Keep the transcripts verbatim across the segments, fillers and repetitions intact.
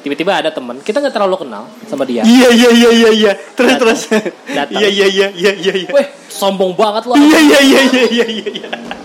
tiba-tiba ada teman kita nggak terlalu kenal sama dia. Iya iya iya iya iya. Terus Datang, terus. datang. Iya iya iya iya iya iya. Weh, sombong banget lo. Iya iya iya iya iya iya iya.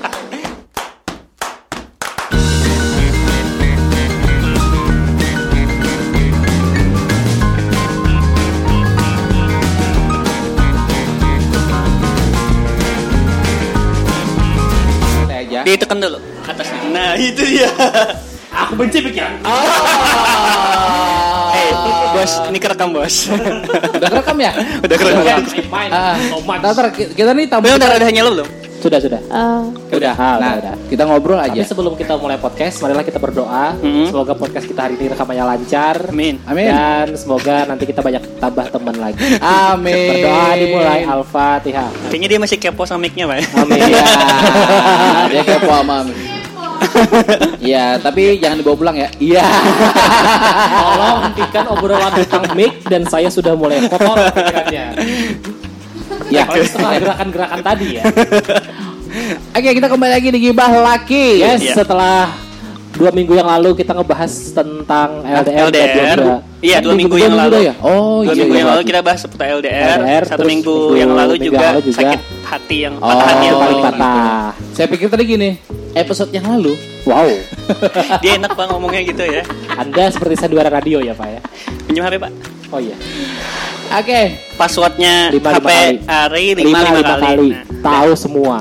Ditekan dulu atasnya. Nah, itu dia. Aku benci pikiran. Oh. Eh, bos, ini kerekam bos. Udah kerekam ya? Udah keren banget. Main-main. Ah, So much. ntar kita nih tamu. Belum udah ada hanya lo belum? Sudah sudah. Uh, Udah, Ah, nah, udah, udah. kita ngobrol Tapi aja. sebelum kita mulai podcast, marilah kita berdoa. Mm-hmm. Semoga podcast kita hari ini rekamannya lancar. Amin. Amin. Dan semoga nanti kita banyak tambah teman lagi. Amin. Berdoa dimulai. Al-Fatihah. Kayaknya dia masih kepo sama mic-nya, Pak. Amin. Iya. Dia kepo sama. Iya, tapi jangan dibawa pulang ya. Iya. Tolong hentikan obrolan tentang mic dan saya sudah mulai kotor pikirannya. Ya. Apalagi setelah gerakan-gerakan tadi ya. Oke, kita kembali lagi di Gibah Laki. Yes, Iya. setelah dua minggu yang lalu kita ngebahas tentang L D R. L D R. Iya, dua minggu yang lalu. Ya? Oh, Dua iya, minggu iya, yang lalu iya. kita bahas seputar L D R. L D R, Satu terus minggu minggu- yang lalu minggu juga yang lalu juga. sakit hati yang Oh, patah hati yang paling paling patah. Saya pikir tadi gini, episode yang lalu. Wow. Dia enak Pak ngomongnya gitu ya. Anda seperti sandiwara radio ya, Pak ya. Pinjam H P Pak. Oh iya. Oke. Passwordnya Lima, H P lima kali. Ari Lima, lima lima lima kali. kali. Nah. Tahu semua.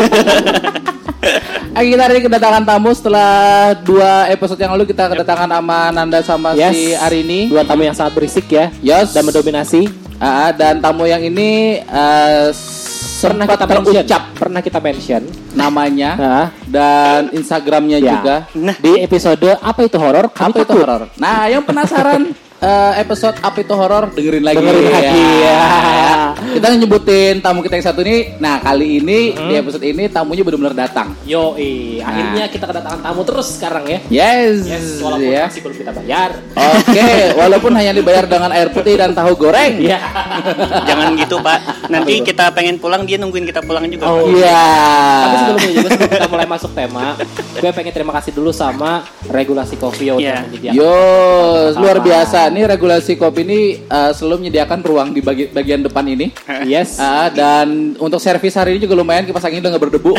Oke, kita hari ini kedatangan tamu setelah dua episode yang lalu kita kedatangan sama Nanda sama Yes. si Arini. Dua tamu yang sangat berisik ya. Yes. Dan mendominasi. Ah, dan tamu yang ini uh, Pernah sempat kita mention. terucap Pernah kita mention. namanya Nah, dan Instagramnya ya. juga. Di episode apa itu horor? Kami Apa itu takut. horor? Nah, yang penasaran eh, episode apa itu horor dengerin lagi. Dengerin lagi, ya. Kita nyebutin tamu kita yang satu ini. Nah, kali ini di episode ini tamunya benar-benar datang. Yoi, akhirnya kita kedatangan tamu terus sekarang ya. Yes. Yes, walaupun ya. masih belum kita bayar. Oke, walaupun hanya dibayar dengan air putih dan tahu goreng. Iya. Jangan gitu Pak. Nanti kita pengen pulang dia nungguin kita pulang juga. Oh. Pak. Iya. Tapi sebelumnya juga sebelum kita mulai masuk tema, gue pengen terima kasih dulu sama Regulasi Kopi yang Iya. menyediakan. Yo, Sama-sama. luar biasa nih Regulasi Kopi ini uh, selalu menyediakan ruang di bagi- bagian depan ini. Yes. Ah, dan untuk servis hari ini juga lumayan kipas angin udah nggak berdebu.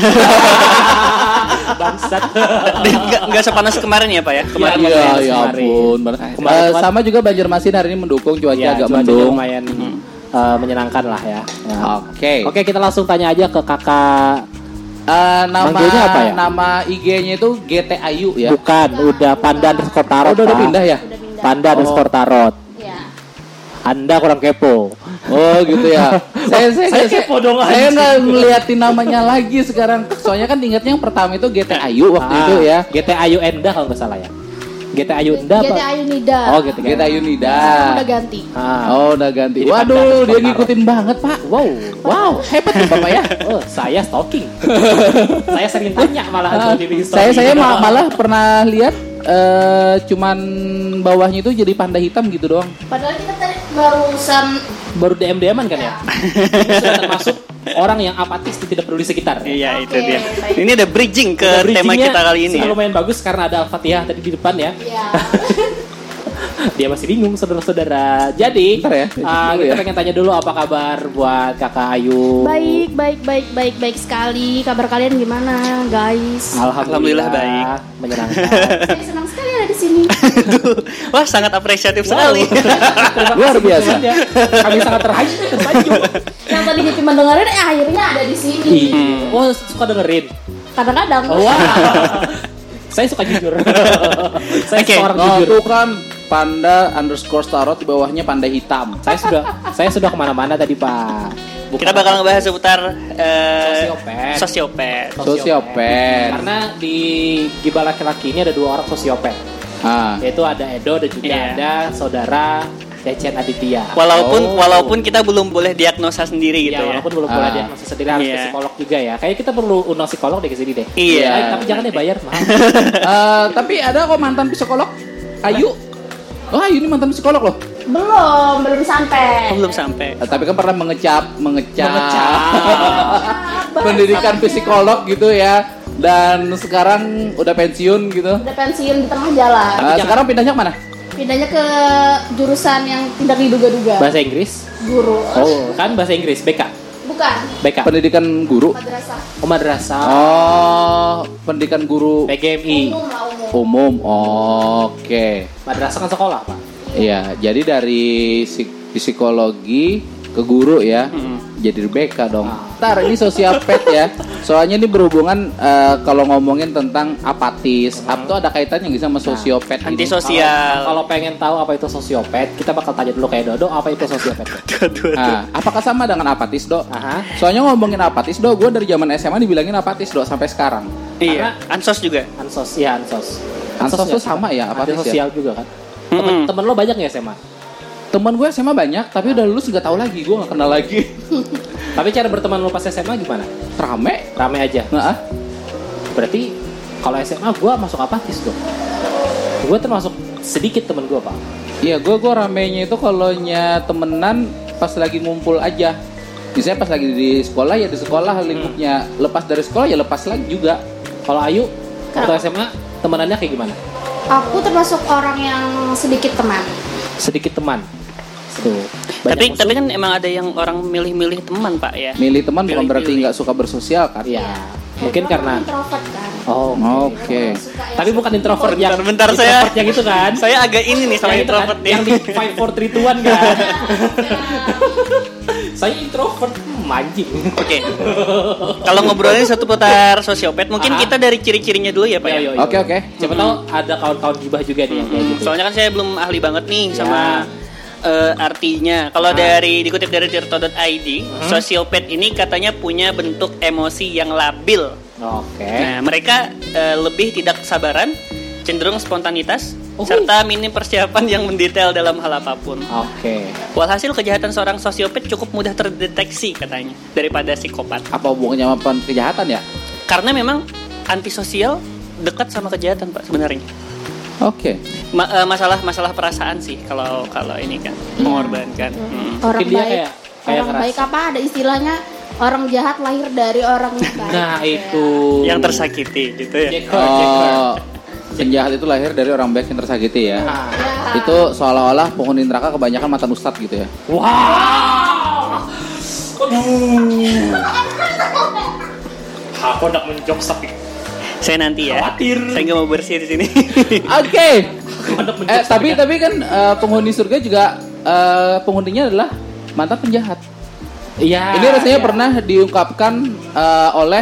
Bangsat. Dia nggak nggak sepanas kemarin ya Pak ya. Kemarin Iya, kemarin, ya kemarin. ampun. Bener. Kemarin, Eh, kemarin. sama juga Banjarmasin hari ini mendukung cuaca Ya, agak cuaca mendung. lumayan eh, menyenangkan lah ya. Nah. Oke. Oke, kita langsung tanya aja ke kakak. Eh, nama Manggilnya apa ya? nama I G-nya itu G T Ayu ya. Bukan, udah Panda underscore Tarot. Oh, udah, udah Pak. pindah ya? udah pindah. Panda underscore Tarot. Ya. Anda kurang kepo. Oh gitu ya. saya saya Saya saya, kepo dong, saya anjing. nggak ngeliatin namanya lagi sekarang. Soalnya kan ingatnya yang pertama itu G T Ayu waktu Ah, itu ya. G T Ayu Enda kalau nggak salah ya. G T Ayu Enda G T apa? Ayu Nida. Oh, G T G T Ayu Nida. Udah ganti. Ah. Oh udah ganti. Jadi Waduh, Panda dia Tarot. ngikutin banget Pak. Wow. Wow, hebat nih Bapak ya. Oh, saya stalking. Saya sering tanya malah Ah, di Instagram. saya saya ma- malah pernah lihat eh, cuman bawahnya itu jadi panda hitam gitu doang. Padahal kita tadi barusan baru D M D M-an kan ya. Ini sudah termasuk orang yang apatis tidak peduli sekitar. Iya itu Oke, dia. baik. Ini ada bridging ke Udah tema bridgingnya kita kali ini. sudah Ya. lumayan bagus karena ada Al-Fatihah tadi di depan ya. ya. Dia masih bingung saudara-saudara. Jadi Bentar ya, uh, dulu kita ya. pengen tanya dulu apa kabar buat Kakak Ayu. Baik, baik, baik, baik, baik sekali. Kabar kalian gimana, guys? Alhamdulillah, Alhamdulillah baik. Menyenangkan. Saya senang sekali ada di sini. Aduh, wah sangat apresiatif sekali. Terima Luar kasih biasa. dukungannya. Kami sangat terhayu tersanjung. Yang tadi cuma dengerin, eh akhirnya ada di sini. Ih, Oh, suka dengerin. Kadang-kadang. Oh, wah. Saya suka jujur. Saya Oke. suka orang Oh, jujur. itu kan panda underscore tarot di bawahnya panda hitam. Saya sudah saya sudah kemana-mana tadi Pak. Bukan Kita bakal ngebahas seputar eh, Sosiopat. sosiopat. Sosiopat. Karena di Gibah Laki-Laki ini ada dua orang sosiopat. Ah. Yaitu ada Edo dan juga Iya. ada saudara Cecen Aditya. Walaupun Oh. walaupun kita belum boleh diagnosa sendiri gitu Ya, ya. walaupun belum boleh Ah. diagnosis sendiri harus ke Iya. psikolog juga ya. Kayak kita perlu undang psikolog deh ke sini deh. Iya. Eh, tapi jangan deh bayar mahal. Eh, tapi ada kok mantan psikolog Ayu. Oh, Ayu ini mantan psikolog loh. Belum, belum sampai. Oh, belum sampai. Eh, tapi kan pernah mengecap, mengecap, Mengecap. pendidikan psikolog gitu ya. Dan sekarang udah pensiun gitu. Udah pensiun di tengah jalan. Eh, sekarang pindahnya kemana? Pindahnya ke jurusan yang tidak diduga-duga. Bahasa Inggris? Guru. Oh, kan bahasa Inggris, B K. Bukan. B K. Pendidikan guru. Madrasah. Oh, madrasah. Oh, pendidikan guru P G M I. Umum lah umum. umum. Oke. Madrasah kan sekolah, Pak. Iya, jadi dari psik- psikologi ke guru ya. Jadi B K dong. Ntar ini sosial pet ya. Soalnya ini berhubungan eh, kalau ngomongin tentang apatis. Ap tuh ada kaitannya nggak sama sosiopat ini? Antisosial. Kalau pengen tahu apa itu sosiopat, kita bakal tanya dulu kayak Dodo apa itu sosiopat. Ah, apakah sama dengan apatis, Dok? Aha. Soalnya ngomongin apatis, Dok, gue dari zaman S M A dibilangin apatis, Dok, sampai sekarang. Iya, ansos juga. Ansos, ya ansos. Ansos tuh nggak sih, sama Pak? ya, Ada apatis ya? sosial juga kan. Temen, Mm-mm. temen lo banyak nggak S M A? Teman gue S M A banyak, tapi udah lulus nggak tahu lagi, gue nggak kenal lagi. Tapi cara berteman lo pas S M A gimana? Rame? Rame aja. Nah, ah. Berarti kalau S M A gue masuk apatis dong. Gue termasuk sedikit temen gue, Pak. Iya, gue gue ramenya itu kalau nya temenan pas lagi ngumpul aja. Misalnya pas lagi di sekolah ya di sekolah lingkupnya. Lepas dari sekolah ya lepas lagi juga. Kalau Ayu waktu Kenapa? S M A temenannya kayak gimana? Aku termasuk orang yang sedikit teman. Sedikit teman. Tuh. Tapi musuh. tapi kan emang ada yang orang milih-milih teman, Pak ya. Milih teman bukan Pilih-pilih. berarti nggak suka bersosial kan? Iya. Mungkin Aku karena introvert kan. oh. Oke. Suka yang Tapi bukan introvert yang Bentar, bentar, introvert saya- yang itu kan. Saya agak ini nih sama yang itu kan, introvert nih. yang di five four three two one kan. Saya introvert hmm, anjing. Oke. Kalau ngobrolin satu putar sosiopat, mungkin Aha. kita dari ciri-cirinya dulu ya, Pak ya. Yo, yo, yo. Oke, oke. Siapa tahu ada kawan-kawan gibah juga nih yang kayak gitu. Soalnya kan saya belum ahli banget nih Ya. sama eh, artinya. Kalau Ah. dari dikutip dari tirto dot i d, sosiopat ini katanya punya bentuk emosi yang labil. Oke. Nah, mereka eh, lebih tidak sabaran, cenderung spontanitas, Oh, serta minim persiapan yang mendetail dalam hal apapun. Oke. Walhasil kejahatan seorang sosiopat cukup mudah terdeteksi katanya daripada psikopat. Apa hubungannya sama pen- kejahatan ya? Karena memang antisosial dekat sama kejahatan, Pak, sebenarnya. Oke. Ma- eh, masalah masalah perasaan sih kalau kalau ini kan mengorbankan. Hmm. Orang Mungkin dia baik. kayak- kayak orang ngerasa. baik apa ada istilahnya orang jahat lahir dari orang baik. Nah, itu Yang tersakiti gitu ya. Jack Hurt, Jack Hurt. Oh, penjahat itu lahir dari orang baik yang tersakiti ya. Nah. Ya. Itu seolah-olah penghuni neraka kebanyakan mantan ustadz gitu ya. Wow. Aduh. Aku hendak menjok tapi Saya nanti ya. Khawatir. Saya nggak mau bersih di sini. Oke. aku hendak menjok Eh tapi tapi kan eh, penghuni surga juga eh, penghuninya adalah mantan penjahat. Iya. Ini rasanya iya. pernah diungkapkan eh, oleh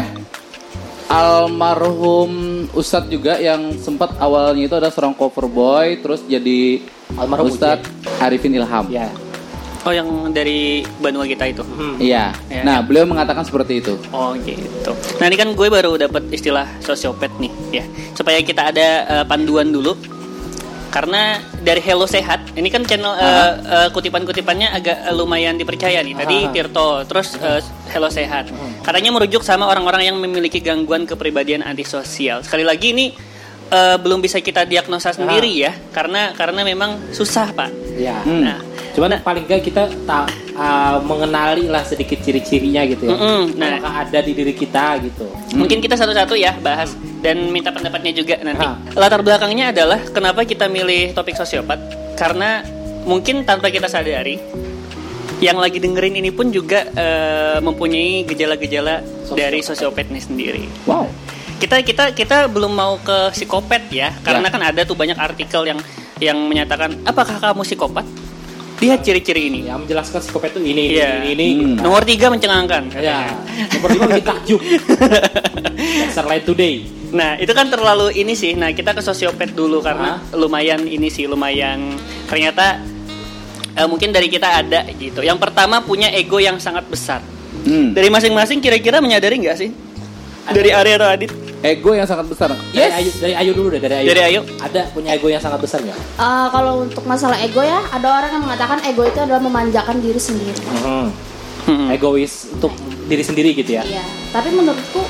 almarhum Ustadz juga yang sempat awalnya itu ada seorang cover boy terus jadi Almarhum Ustadz Arifin Ilham. Iya. Oh, yang dari Banua kita itu. Hmm. Iya. Ya. Nah, beliau mengatakan seperti itu. Oh gitu. Nah ini kan gue baru dapat istilah sosiopat nih ya. Supaya kita ada eh, panduan dulu. Karena dari Hello Sehat, ini kan channel eh, eh, kutipan-kutipannya agak eh, lumayan dipercaya nih. Tadi Ah. Tirto, terus eh, Hello Sehat. Katanya merujuk sama orang-orang yang memiliki gangguan kepribadian antisosial. Sekali lagi ini eh, belum bisa kita diagnosa sendiri ya, karena karena memang susah, Pak. Iya. Hmm. Nah, Cuman Nah. paling enggak kita tak uh, mengenali lah sedikit ciri-cirinya gitu ya. Mm-mm. Nah. Apakah ada di diri kita gitu. mungkin kita satu-satu ya bahas dan minta pendapatnya juga nanti. Ha. Latar belakangnya adalah kenapa kita milih topik sosiopat? Karena mungkin tanpa kita sadari, yang lagi dengerin ini pun juga eh, mempunyai gejala-gejala Sosiopat. dari sosiopat ini sendiri. Wow. Kita kita kita belum mau ke psikopat ya, karena kan ada tuh banyak artikel yang yang menyatakan apakah kamu psikopat? Lihat ciri-ciri ini. Ya menjelaskan psikopat itu ini, Iya. ini, ini, Hmm. gitu. Nomor tiga mencengangkan. Ya. Nomor lima bikin takjub. Dasar lain today. Nah itu kan terlalu ini sih. Nah kita ke sosiopat dulu karena lumayan ini sih lumayan ternyata eh, mungkin dari kita ada gitu. Yang pertama punya ego yang sangat besar. Hmm. Dari masing-masing kira-kira menyadari nggak sih? Dari Arya atau Adit? Ego yang sangat besar. Dari Ayu, dari Ayu dulu deh, dari Ayu. Dari Ayu. Ada punya ego yang sangat besar nggak? Eh, kalau untuk masalah ego ya, ada orang yang mengatakan ego itu adalah memanjakan diri sendiri. Hmm. Hmm. Egois untuk diri sendiri gitu ya. Iya, tapi menurutku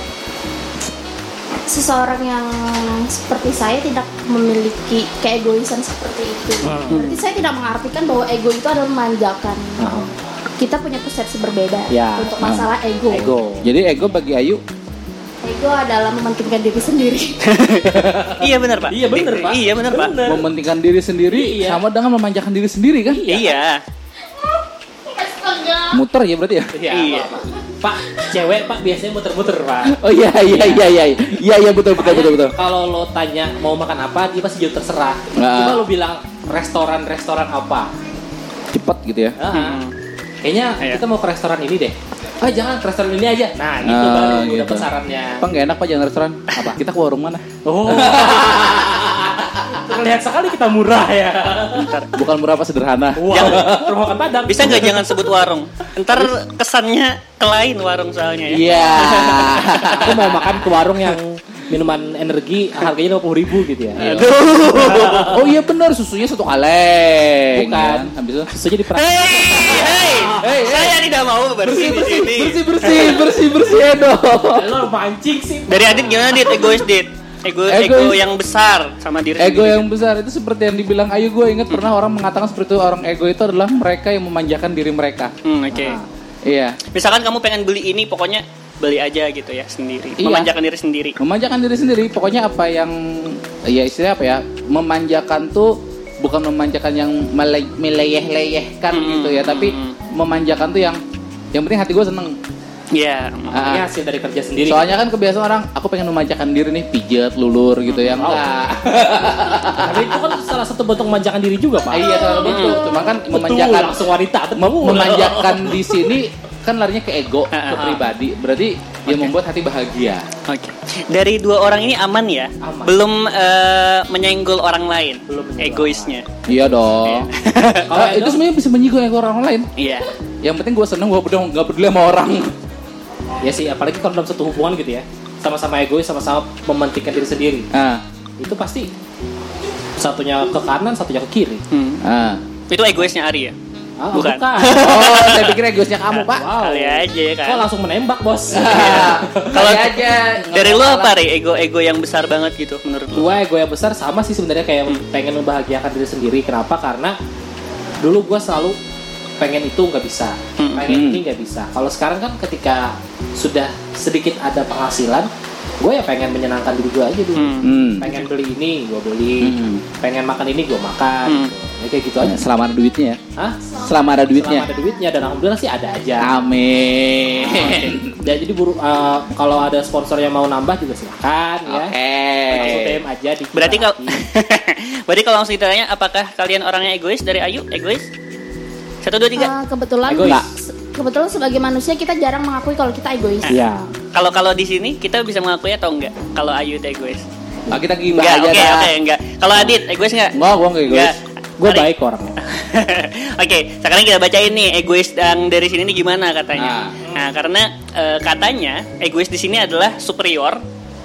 seseorang yang seperti saya tidak memiliki keegoisan seperti itu. Hmm. Berarti saya tidak mengartikan bahwa ego itu adalah memanjakan. Ah. Kita punya persepsi berbeda Ya. untuk masalah ego. Ego. Jadi ego bagi Ayu Ego adalah mementingkan diri sendiri. Iya benar Pak. Iya, benar, Pak. Iya benar Pak. Benar. Mementingkan diri sendiri Iya. sama dengan memanjakan diri sendiri kan? Iya. Muter ya berarti ya? Iya. Iya. Pak. Pak, cewek Pak biasanya muter-muter Pak. Oh iya iya iya iya iya iya betul betul betul betul. Kalau lo tanya mau makan apa, dia pasti jawab terserah. Nah. Cuma lo bilang restoran-restoran apa? Cepet gitu ya? Ah, Hmm. Kayaknya Iya. kita mau ke restoran ini deh. Ah jangan ke restoran ini aja. Nah gitu Ah, baru gitu. dapet sarannya. Apa nggak enak pak jangan restoran? Apa? Kita ke warung mana? Oh. Terlihat sekali kita murah ya. Bukan murah apa sederhana? Wow. Rumah makan Padang. Bisa nggak jangan sebut warung? Ntar kesannya ke lain warung soalnya ya. Iya. Aku mau makan ke warung yang minuman energi harganya lima puluh ribu gitu ya. Oh iya benar susunya satu kaleng. Bukan. Ya. Habis itu Susunya di perak. Hei, hei, Hey, saya tidak mau bersih di sini. bersih bersih bersih bersih ya dong. Lo mancing sih. Dari Adit gimana Dit? Egois Dit? Ego, Egois. ego yang besar sama diri Ego sendiri. yang besar itu seperti yang dibilang Ayu, gue ingat pernah orang mengatakan seperti itu, orang ego itu adalah mereka yang memanjakan diri mereka. Hmm, oke. Nah. Iya. Misalkan kamu pengen beli ini, pokoknya beli aja gitu ya sendiri. Iya. Memanjakan diri sendiri. Memanjakan diri sendiri, pokoknya apa yang ya istilahnya apa ya? Memanjakan tuh bukan memanjakan yang mele- meleyeh-leyehkan Mm-mm, gitu ya, tapi mm-mm. memanjakan tuh yang yang penting hati gue seneng. Iya. Ah, Ini hasil dari kerja sendiri. soalnya kan kebiasaan orang, aku pengen memanjakan diri nih, pijat, lulur gitu ya, enggak. Tapi itu kan salah satu bentuk memanjakan diri juga Pak. Iya, salah betul. Cuma kan Betul, memanjakan langsung wanita. mem- Betul. memanjakan di sini kan larinya ke ego, Ah, ke ah. pribadi. Berarti dia membuat hati bahagia. Oke. Dari dua orang ini aman ya? Aman. Belum eh, menyenggol orang lain. Belum menyenggol Egoisnya. Iya dong. Kalau Ah, itu ego- sebenarnya bisa menyinggung ego orang lain. Iya. Yang penting gue seneng, gue peduli nggak peduli sama orang. Ya sih, apalagi kalau dalam satu hubungan gitu ya. Sama-sama egois, sama-sama mementingkan diri sendiri. Ah, Itu pasti satunya ke kanan, satunya ke kiri. Hmm. ah. Itu egoisnya Ari ya? Ah, Bukan. Oh, saya pikir egoisnya kamu pak. Wow. Kali aja ya kan. Kok langsung menembak bos? Kalau Kali aja. nggak dari lu masalah. apa Ri? Ego-ego yang besar banget gitu menurut lu? Gua ego yang besar sama sih sebenarnya kayak pengen membahagiakan diri sendiri. Kenapa? Karena dulu gua selalu pengen itu nggak bisa, Hmm. pengen ini nggak bisa. Kalau sekarang kan ketika sudah sedikit ada penghasilan, gue ya pengen menyenangkan diri gue aja dulu. Hmm. Hmm. Pengen beli ini, gue beli. Hmm. Pengen makan ini, gue makan. Hmm. Gitu. Ya kayak gitu aja. Selama ada duitnya ya. Hah? Selama ada duitnya. Selama ada duitnya dan alhamdulillah sih ada aja. Amin. Ya, jadi buru, uh, kalau ada sponsor yang mau nambah juga silakan ya. Langsung D M Oke. aja di Berarti kalau Berarti kalau langsung ditanya apakah kalian orangnya egois dari Ayu? Egois? Satu dua tiga. Eh, kebetulan Egois. se- kebetulan sebagai manusia kita jarang mengakui kalau kita egois. Iya. Kalau kalau di sini kita bisa mengakui atau enggak? Kalau Ayu itu egois? Ah, kita gibah Enggak, aja oke dah. oke enggak. Kalau Adit egois enggak? Enggak, gua enggak egois. Enggak. Gue Ari. baik orangnya. Oke, sekarang kita bacain nih egois yang dari sini nih gimana katanya. Ah. Nah, karena eh, katanya egois di sini adalah superior,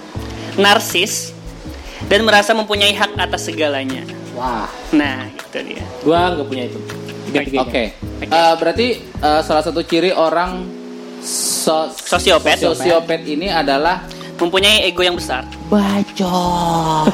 narsis, dan merasa mempunyai hak atas segalanya. Wah, Nah, itu dia. gue nggak punya itu. Tiga-tiganya. Oke. Eh, berarti eh, salah satu ciri orang so- Sosiopat. sosiopat ini adalah Mempunyai ego yang besar. bacot.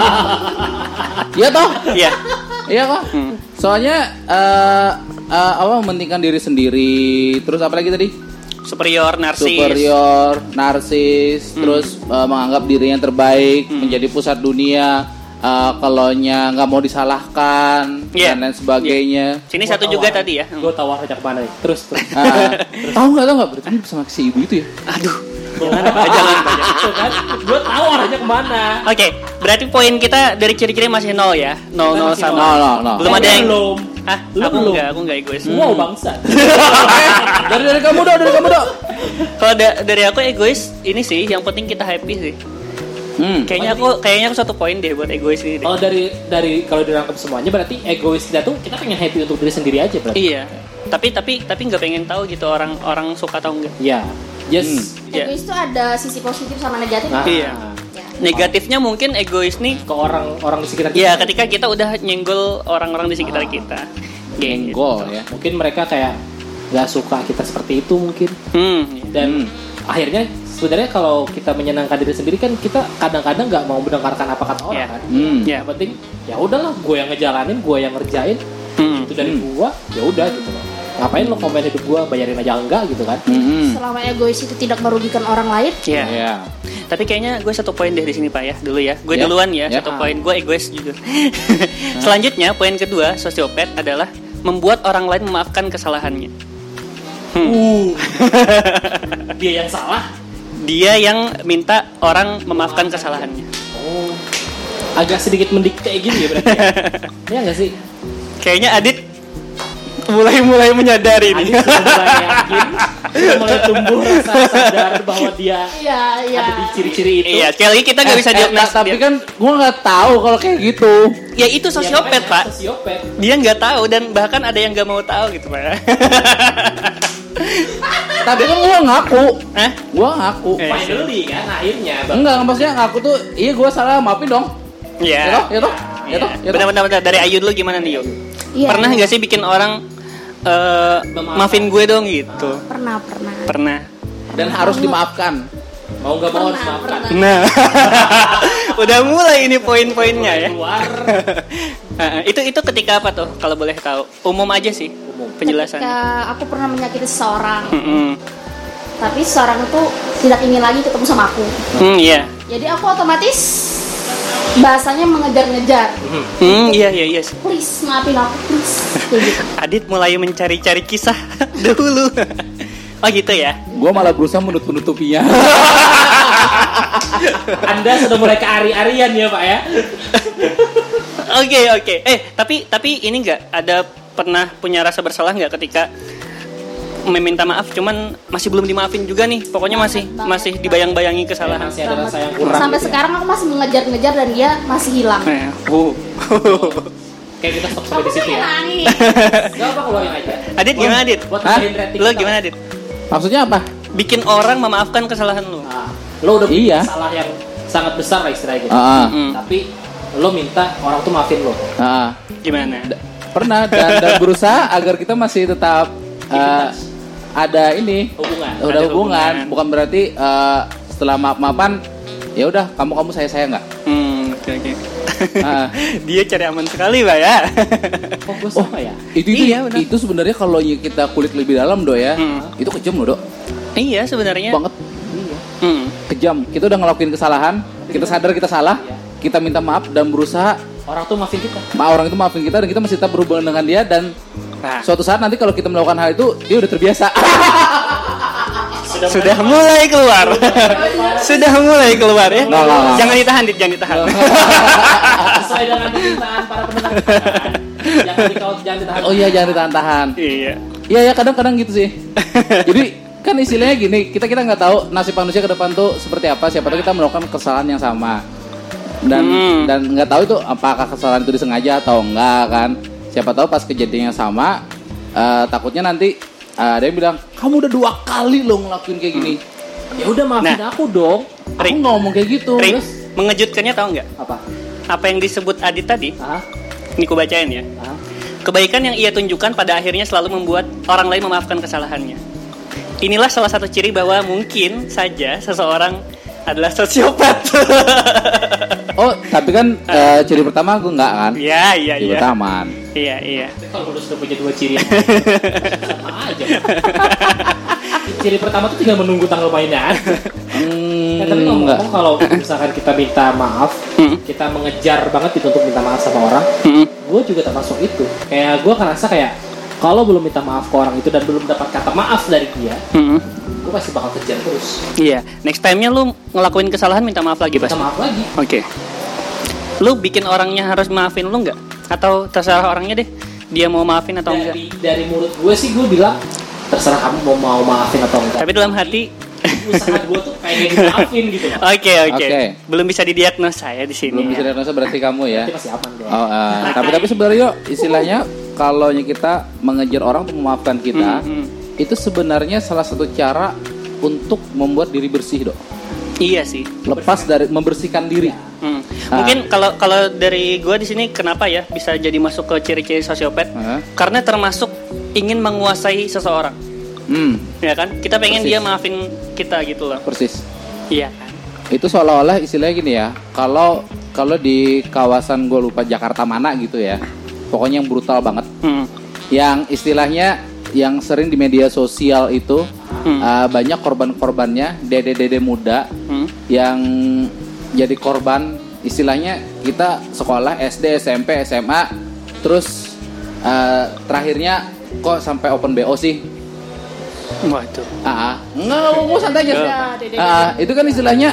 Iya toh? Iya. Iya kok. Hmm. Soalnya eh eh, apa mementingkan diri sendiri, terus apa lagi tadi? Superior, narsis. Superior, narsis, terus eh, menganggap dirinya terbaik, menjadi pusat dunia, eh kalaunya nggak mau disalahkan Iya. dan lain sebagainya. Sini Gua satu tahu juga arah- tadi ya. Gue tahu arahnya kemana nih. Terus terus. Ah, tahu nggak tahu nggak berarti ini sama si ibu itu ya? Aduh. Jangan, Pak, jangan, Pak, jangan. Tuh kan, gue tahu arahnya kemana. Oke, berarti poin kita dari ciri-ciri masih nol ya. Nol, nol Masih sama. nol, nol, nol. Belum Eh, ada yang. belum. Hah? Lu aku belum. enggak, aku enggak egois. Wow bangsa. dari dari kamu dong, dari kamu dong. Kalau da- dari aku egois ini sih, yang penting kita happy sih. Hmm. Kayaknya aku kayaknya aku satu poin deh buat egois ini deh. Kalau dari dari kalau dirangkum semuanya berarti egois kita tuh kita pengen happy untuk diri sendiri aja berarti. Iya. Tapi tapi tapi nggak pengen tahu gitu orang orang suka atau enggak. Iya. Yes. Iya. Egois itu ada sisi positif sama negatif. Nah, Iya. Ya. Negatifnya mungkin egois nih. ke orang orang di sekitar kita. Ya ketika kita udah nyenggol orang-orang di sekitar kita. Gitu. Nyenggol ya. Mungkin mereka kayak nggak suka kita seperti itu mungkin. Hmm. Dan akhirnya sebenarnya kalau kita menyenangkan diri sendiri kan kita kadang-kadang nggak mau mendengarkan apa kata orang Iya. kan. Hmm. Ya. Yang penting ya udahlah gue yang ngejalanin, gue yang ngerjain Hmm. itu dari Hmm. gue ya udah gitu loh. ngapain lo komen hidup gue, bayarin aja enggak gitu kan. Mm-mm. Selama egois itu tidak merugikan orang lain. Iya. Iya. Tapi kayaknya gue satu poin deh di sini Pak ya, dulu ya. Gue Ya. duluan ya, Ya. satu poin. Gue egois jujur. Selanjutnya poin kedua sosiopat adalah membuat orang lain memaafkan kesalahannya. Uh. Dia yang salah. Dia yang minta orang memaafkan kesalahannya. Oh. Agak sedikit mendik kayak gini ya berarti. Ya? Iya nggak sih? Kayaknya Adit mulai-mulai menyadari Adit nih. sudah mulai yakin, sudah mulai tumbuh rasa sadar bahwa dia Iya, iya. ada di ciri-ciri itu. Iya, sekali lagi kita nggak bisa Eh, eh, diagnosis. tapi dia- kan gue nggak tahu kalau kayak gitu. ya itu Ya, sosiopet makanya Pak. Sosiopet. Dia nggak tahu dan bahkan ada yang nggak mau tahu gitu Pak. Tapi kan gue ngaku, Hah? gue ngaku. Eh. Finally kan akhirnya. Bang. Enggak, maksudnya ngaku tuh, iya gue salah, maafin dong. Iya. Ya toh, ya toh, ya toh, ya toh. Benar-benar dari Ayu dulu gimana nih Yo? Iya. Pernah nggak sih bikin orang eh, Memaafkan. maafin gue dong gitu? Pernah, pernah. Pernah. Dan harus dimaafkan. Mau nggak mau harus Pernah, maafkan. pernah. Nah, udah mulai ini poin-poinnya ya. Keluar. Heeh, itu itu ketika apa tuh kalau boleh tahu? Umum aja sih Umum. penjelasannya. Ketika aku pernah menyakiti seseorang, Mm-mm. tapi seseorang itu tidak ingin lagi ketemu sama aku. Hmm, iya. Jadi aku otomatis bahasanya mengejar-ngejar. Hmm, iya iya iya. Please maafin aku, please. Kayak gitu. Adit mulai mencari-cari kisah dahulu. Oh gitu ya. Gue malah berusaha menutup-nutupinya. Anda sudah mulai keari-arian ya Pak ya. Oke oke. Eh tapi tapi ini nggak ada pernah punya rasa bersalah nggak ketika meminta maaf cuman masih belum dimaafin juga nih. Pokoknya masih Banget, masih banget. dibayang-bayangi kesalahan. Masih ada rasa yang kurang. Sampai gitu ya. sekarang aku masih mengejar-ngejar dan dia masih hilang. Eh, uh. Kayak kita stop sampai di situ ya. nangis. Gak apa keluarin aja. Adit gimana Adit? Buat Hah? nambahin rating Lo kita. gimana Adit? Maksudnya apa? Bikin orang memaafkan kesalahan lo. Nah, lo udah bikin Iya. salah yang sangat besar lah istilahnya gitu. Ah, Mm. Tapi lo minta orang tuh maafin lo. ah. Gimana? Pernah dan, dan berusaha agar kita masih tetap eh, ada ini Hubungan. udah Ada hubungan. hubungan. Bukan berarti eh, setelah maaf-maafan ya udah kamu kamu saya saya nggak. Hmm, oke oke. Ah. Dia cari aman sekali, Pak ya. Kok gue sama ya? Itu itu, Iya, benar. itu sebenarnya kalau kita kulik lebih dalam do ya, Hmm. itu kejam loh do, Iya, sebenarnya. banget Hmm. kejam. Kita udah ngelakuin kesalahan, kita sadar kita salah, kita minta maaf dan berusaha Orang tuh maafin kita. ma orang itu maafin kita dan kita masih tetap berhubungan dengan dia dan Nah, suatu saat nanti kalau kita melakukan hal itu dia udah terbiasa. sudah mulai keluar. Sudah mulai keluar ya. Nggak, nggak, nggak. Jangan ditahan, Dit, jangan ditahan. Sesuai dengan permintaan para pendengar kita kan. Jangan dikaut, jangan ditahan. Oh iya jangan ditahan-tahan. Iya. Iya ya kadang-kadang gitu sih. Jadi kan istilahnya gini, kita kita nggak tahu nasib manusia ke depan tuh seperti apa. Siapa tahu kita melakukan kesalahan yang sama dan Hmm. dan nggak tahu itu apakah kesalahan itu disengaja atau enggak kan. Siapa tahu pas kejadian yang sama, eh, takutnya nanti eh, ada yang bilang kamu udah dua kali lo ngelakuin kayak gini. Ya udah maafin Nah. aku dong. Aku Rick. nggak ngomong kayak gitu. Rick, Terus mengejutkannya tahu nggak? Apa? Apa yang disebut Adit tadi? Hah? Ini ku bacain ya. Hah? Kebaikan yang ia tunjukkan pada akhirnya selalu membuat orang lain memaafkan kesalahannya. Inilah salah satu ciri bahwa mungkin saja seseorang adalah sosiopat. oh tapi kan eh, ciri pertama aku nggak kan. Iya, iya, Ciri iya. pertama. Iya, iya. Tapi kalau udah sudah punya dua ciri yang sama aja. Ciri pertama tuh tinggal menunggu tanggal mainnya. Hmm, Ya, tapi enggak. ngomong-ngomong kalau misalkan kita minta maaf, Hmm. kita mengejar banget itu untuk minta maaf sama orang, Hmm. gue juga termasuk itu. Kayak gue ngerasa kayak kalau belum minta maaf ke orang itu dan belum dapat kata maaf dari dia, Hmm. gue pasti bakal kejar terus. Iya, next time-nya lu ngelakuin kesalahan minta maaf lagi, Minta Bas. maaf lagi. Oke. Lu bikin orangnya harus maafin lu nggak? Atau terserah orangnya deh, dia mau maafin atau enggak? Dari, dari mulut gue sih gue bilang terserah kamu mau mau maafin atau enggak. Tapi dalam hati, usaha gue tuh pengen dimaafin gitu. loh. oke oke. Oke. Belum bisa didiagnosa ya di sini. Belum bisa ya. diagnosa berarti kamu ya. Tapi masih aman dong. Oh, eh, tapi tapi sebenarnya yuk, istilahnya kalau kita mengejar orang untuk memaafkan kita, Hmm, hmm. itu sebenarnya salah satu cara untuk membuat diri bersih dok. Iya sih. Lepas dari membersihkan diri. Hmm. Ah. Mungkin kalau kalau dari gue di sini kenapa ya bisa jadi masuk ke ciri-ciri sosiopat? Hah? Karena termasuk ingin menguasai seseorang, Hmm, ya kan? Kita pengen Persis. dia maafin kita gitu loh. persis. Iya kan? Itu seolah-olah istilahnya gini ya. Kalau kalau di kawasan gue lupa Jakarta mana gitu ya. Pokoknya yang brutal banget. Hmm. Yang istilahnya yang sering di media sosial itu Hmm. uh, banyak korban-korbannya dede-dede muda Hmm. yang jadi korban, istilahnya kita sekolah S D, S M P, S M A, terus uh, terakhirnya kok sampai open B O sih? Waduh. Ah, nggak, mau santai aja. Ya, dede-dede. Ah, itu kan istilahnya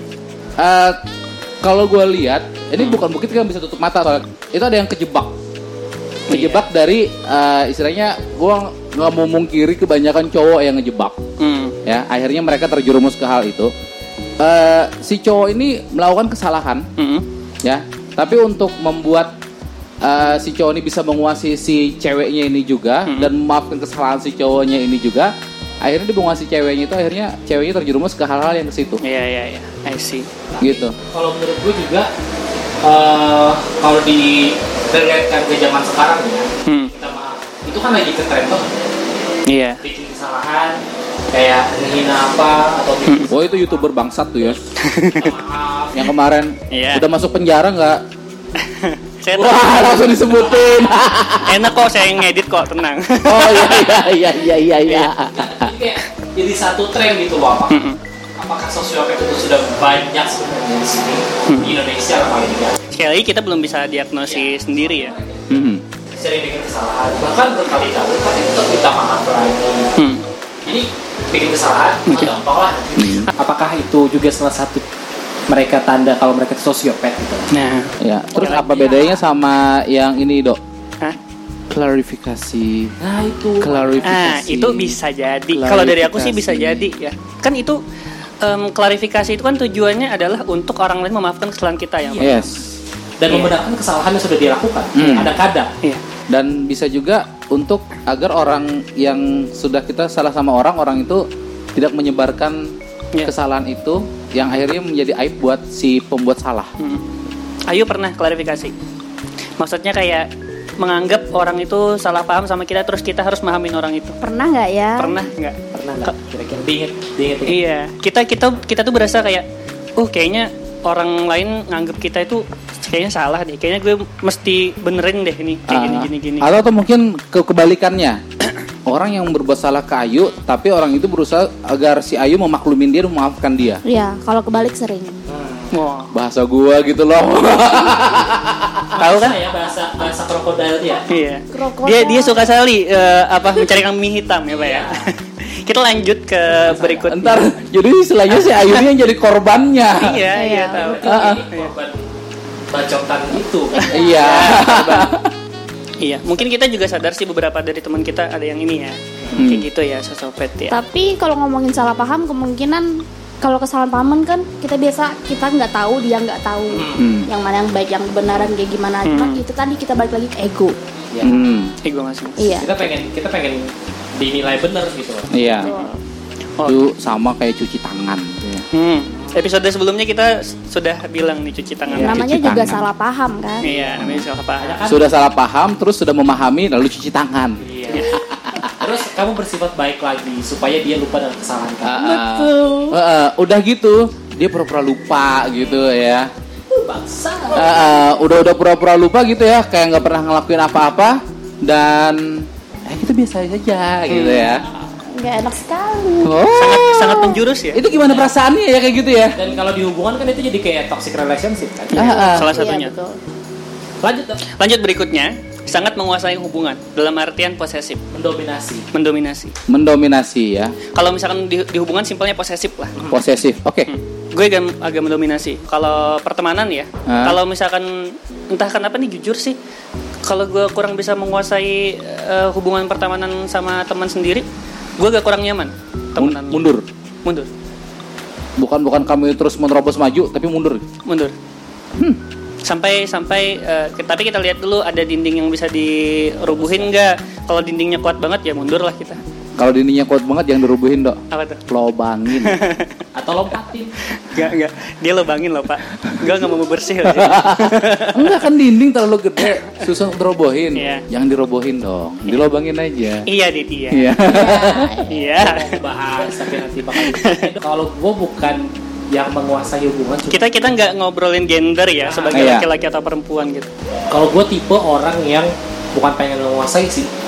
uh, kalau gue lihat, ini bukan bukti kan bisa tutup mata soalnya. Itu ada yang kejebak, kejebak dari uh, istilahnya gue nggak mau mungkiri kebanyakan cowok yang ngejebak. Hmm. Ya, akhirnya mereka terjerumus ke hal itu. Uh, si cowok ini melakukan kesalahan, Hmm. ya. Tapi untuk membuat uh, si cowok ini bisa menguasai si ceweknya ini juga Hmm. dan memaafkan kesalahan si cowoknya ini juga, akhirnya dia menguasai ceweknya itu, akhirnya ceweknya terjerumus ke hal-hal yang ke situ. Iya iya iya. I see. Gitu. Kalau menurut gue juga eh, kalau direlatekan ke zaman sekarang ya, Hmm. kita maaf, itu kan lagi ke tren tuh, Iya. bikin kesalahan kayak menghina apa atau bikin Oh, itu YouTuber bangsat tuh ya. minta maaf. Yang kemarin Iya. udah masuk penjara nggak? Saya tahu. Wah, langsung disebutin. Enak kok saya ngedit kok, tenang. Oh iya iya iya iya iya iya. Jadi kayak jadi satu tren gitu loh, apa? Mm-mm. Apakah sosiopet itu sudah banyak sebenarnya di sini di Indonesia lah paling tidak. Sekali lagi kita belum bisa diagnosis sendiri ya. Mhm. Sering bikin kesalahan, bahkan berkali-kali tapi tetap minta maaf lagi. Hmm. Jadi bikin kesalahan, Oke. gampang lah. Apakah itu juga salah satu mereka tanda kalau mereka sosiopat gitu? Nah, Ya, terus apa bedanya sama yang ini, Dok? hah? Klarifikasi. Nah itu. Klarifikasi. Ah, itu bisa jadi. Kalau dari aku sih bisa jadi ya. Kan itu em, klarifikasi itu kan tujuannya adalah untuk orang lain memaafkan kesalahan kita yang Yes. Dan Iya. membenarkan kesalahan yang sudah dilakukan. Hmm. Kadang-kadang. Iya. Dan bisa juga untuk agar orang yang sudah kita salah sama orang, orang itu tidak menyebarkan Iya. kesalahan itu yang akhirnya menjadi aib buat si pembuat salah. Hmm. Ayu pernah klarifikasi. Maksudnya kayak menganggap orang itu salah paham sama kita terus kita harus memahamin orang itu. Pernah nggak ya? Pernah nggak? Pernah nggak? Kira-kira diinget, diinget. diinget. Iya. Kita kita kita tuh berasa kayak, oh kayaknya orang lain nganggap kita itu kayaknya salah deh. Kayaknya gue mesti benerin deh ini kayak gini Ah, gini gini. Atau, atau mungkin ke kebalikannya. Orang yang berbuat salah ke Ayu, tapi orang itu berusaha agar si Ayu memaklumin dia dan memaafkan dia. Iya, kalau kebalik sering. Wah. Bahasa gua gitu loh. Tahu kan? Ya bahasa bahasa krokodil itu ya. Iya. Krokodil. Dia dia suka sekali eh, apa mencari kambing hitam ya, Pak ya. Kita lanjut ke berikutnya. Ntar jadi istilahnya si Ayu ini yang jadi korbannya. Iya, iya Iya. tahu. Mungkin ini korban bacotan gitu. Iya. Iya, mungkin kita juga sadar sih beberapa dari teman kita ada yang ini ya. Hmm. Kayak gitu ya, sosopet ya. Tapi kalau ngomongin salah paham, kemungkinan kalau kesalahan pahaman kan kita biasa kita nggak tahu, dia nggak tahu Hmm. yang mana yang baik, yang kebenaran kayak gimana. Cuma Hmm. itu tadi kita balik lagi ke ego. Ya. Hmm. Ego masing. Iya. Kita pengen kita pengen dinilai benar gitu. Iya. Betul. Oh. Itu sama kayak cuci tangan. Ya. Hmm. Episode sebelumnya kita s- sudah bilang nih cuci tangan. Iya. Namanya cuci juga tangan. salah paham kan. Iya, namanya salah paham. Kan? Sudah salah paham, terus sudah memahami, lalu cuci tangan. Iya. Terus kamu bersifat baik lagi supaya dia lupa dengan kesalahan kamu. Ah, ah. Betul. Ah, ah. Udah gitu, dia pura-pura lupa gitu ya. Bangsa. Ah, ah. Udah udah pura-pura lupa gitu ya, kayak nggak pernah ngelakuin apa-apa dan eh kita biasa aja gitu ya. Nggak enak sekali. Oh. Sangat sangat menjurus ya. Itu gimana perasaannya ya kayak gitu ya? Dan kalau di hubungan kan itu jadi kayak toxic relationship kan. Ah, ah. Salah Iya, satunya. betul. Lanjut dong. Lanjut berikutnya, sangat menguasai hubungan dalam artian posesif, Mendominasi. mendominasi. Mendominasi ya, Kalau misalkan di, di hubungan simpelnya posesif lah. posesif. Oke. Hmm. Gue agak, agak mendominasi. Kalau pertemanan ya, Ah. kalau misalkan entah kenapa nih jujur sih, kalau gue kurang bisa menguasai eh, hubungan pertemanan sama teman sendiri, gue agak kurang nyaman. Mun- Temenan. mundur. Mundur. Bukan bukan kamu terus menerobos maju, tapi mundur. Mundur. Sampai sampai eh, ke- tapi kita lihat dulu ada dinding yang bisa dirubuhin nggak? Kalau dindingnya kuat banget ya mundur lah kita. Kalau dindingnya kuat banget jangan dirubuhin, Dok. Apa tuh? Lobangin. Atau lompatin. Enggak, enggak. Dia lobangin loh, Pak. Enggak, enggak mau bersih loh. Enggak kan dinding terlalu gede, susah untuk dirobohin. Iya. Jangan dirobohin dong, dilobangin aja. Iya, Dit, iya. Iya. Iya. Mau bahas tapi nanti bakal. Kalau gue bukan yang menguasai hubungan. cuma- Kita kita nggak ngobrolin gender ya sebagai Iya. laki-laki atau perempuan gitu. Kalau gue tipe orang yang bukan pengen menguasai sih,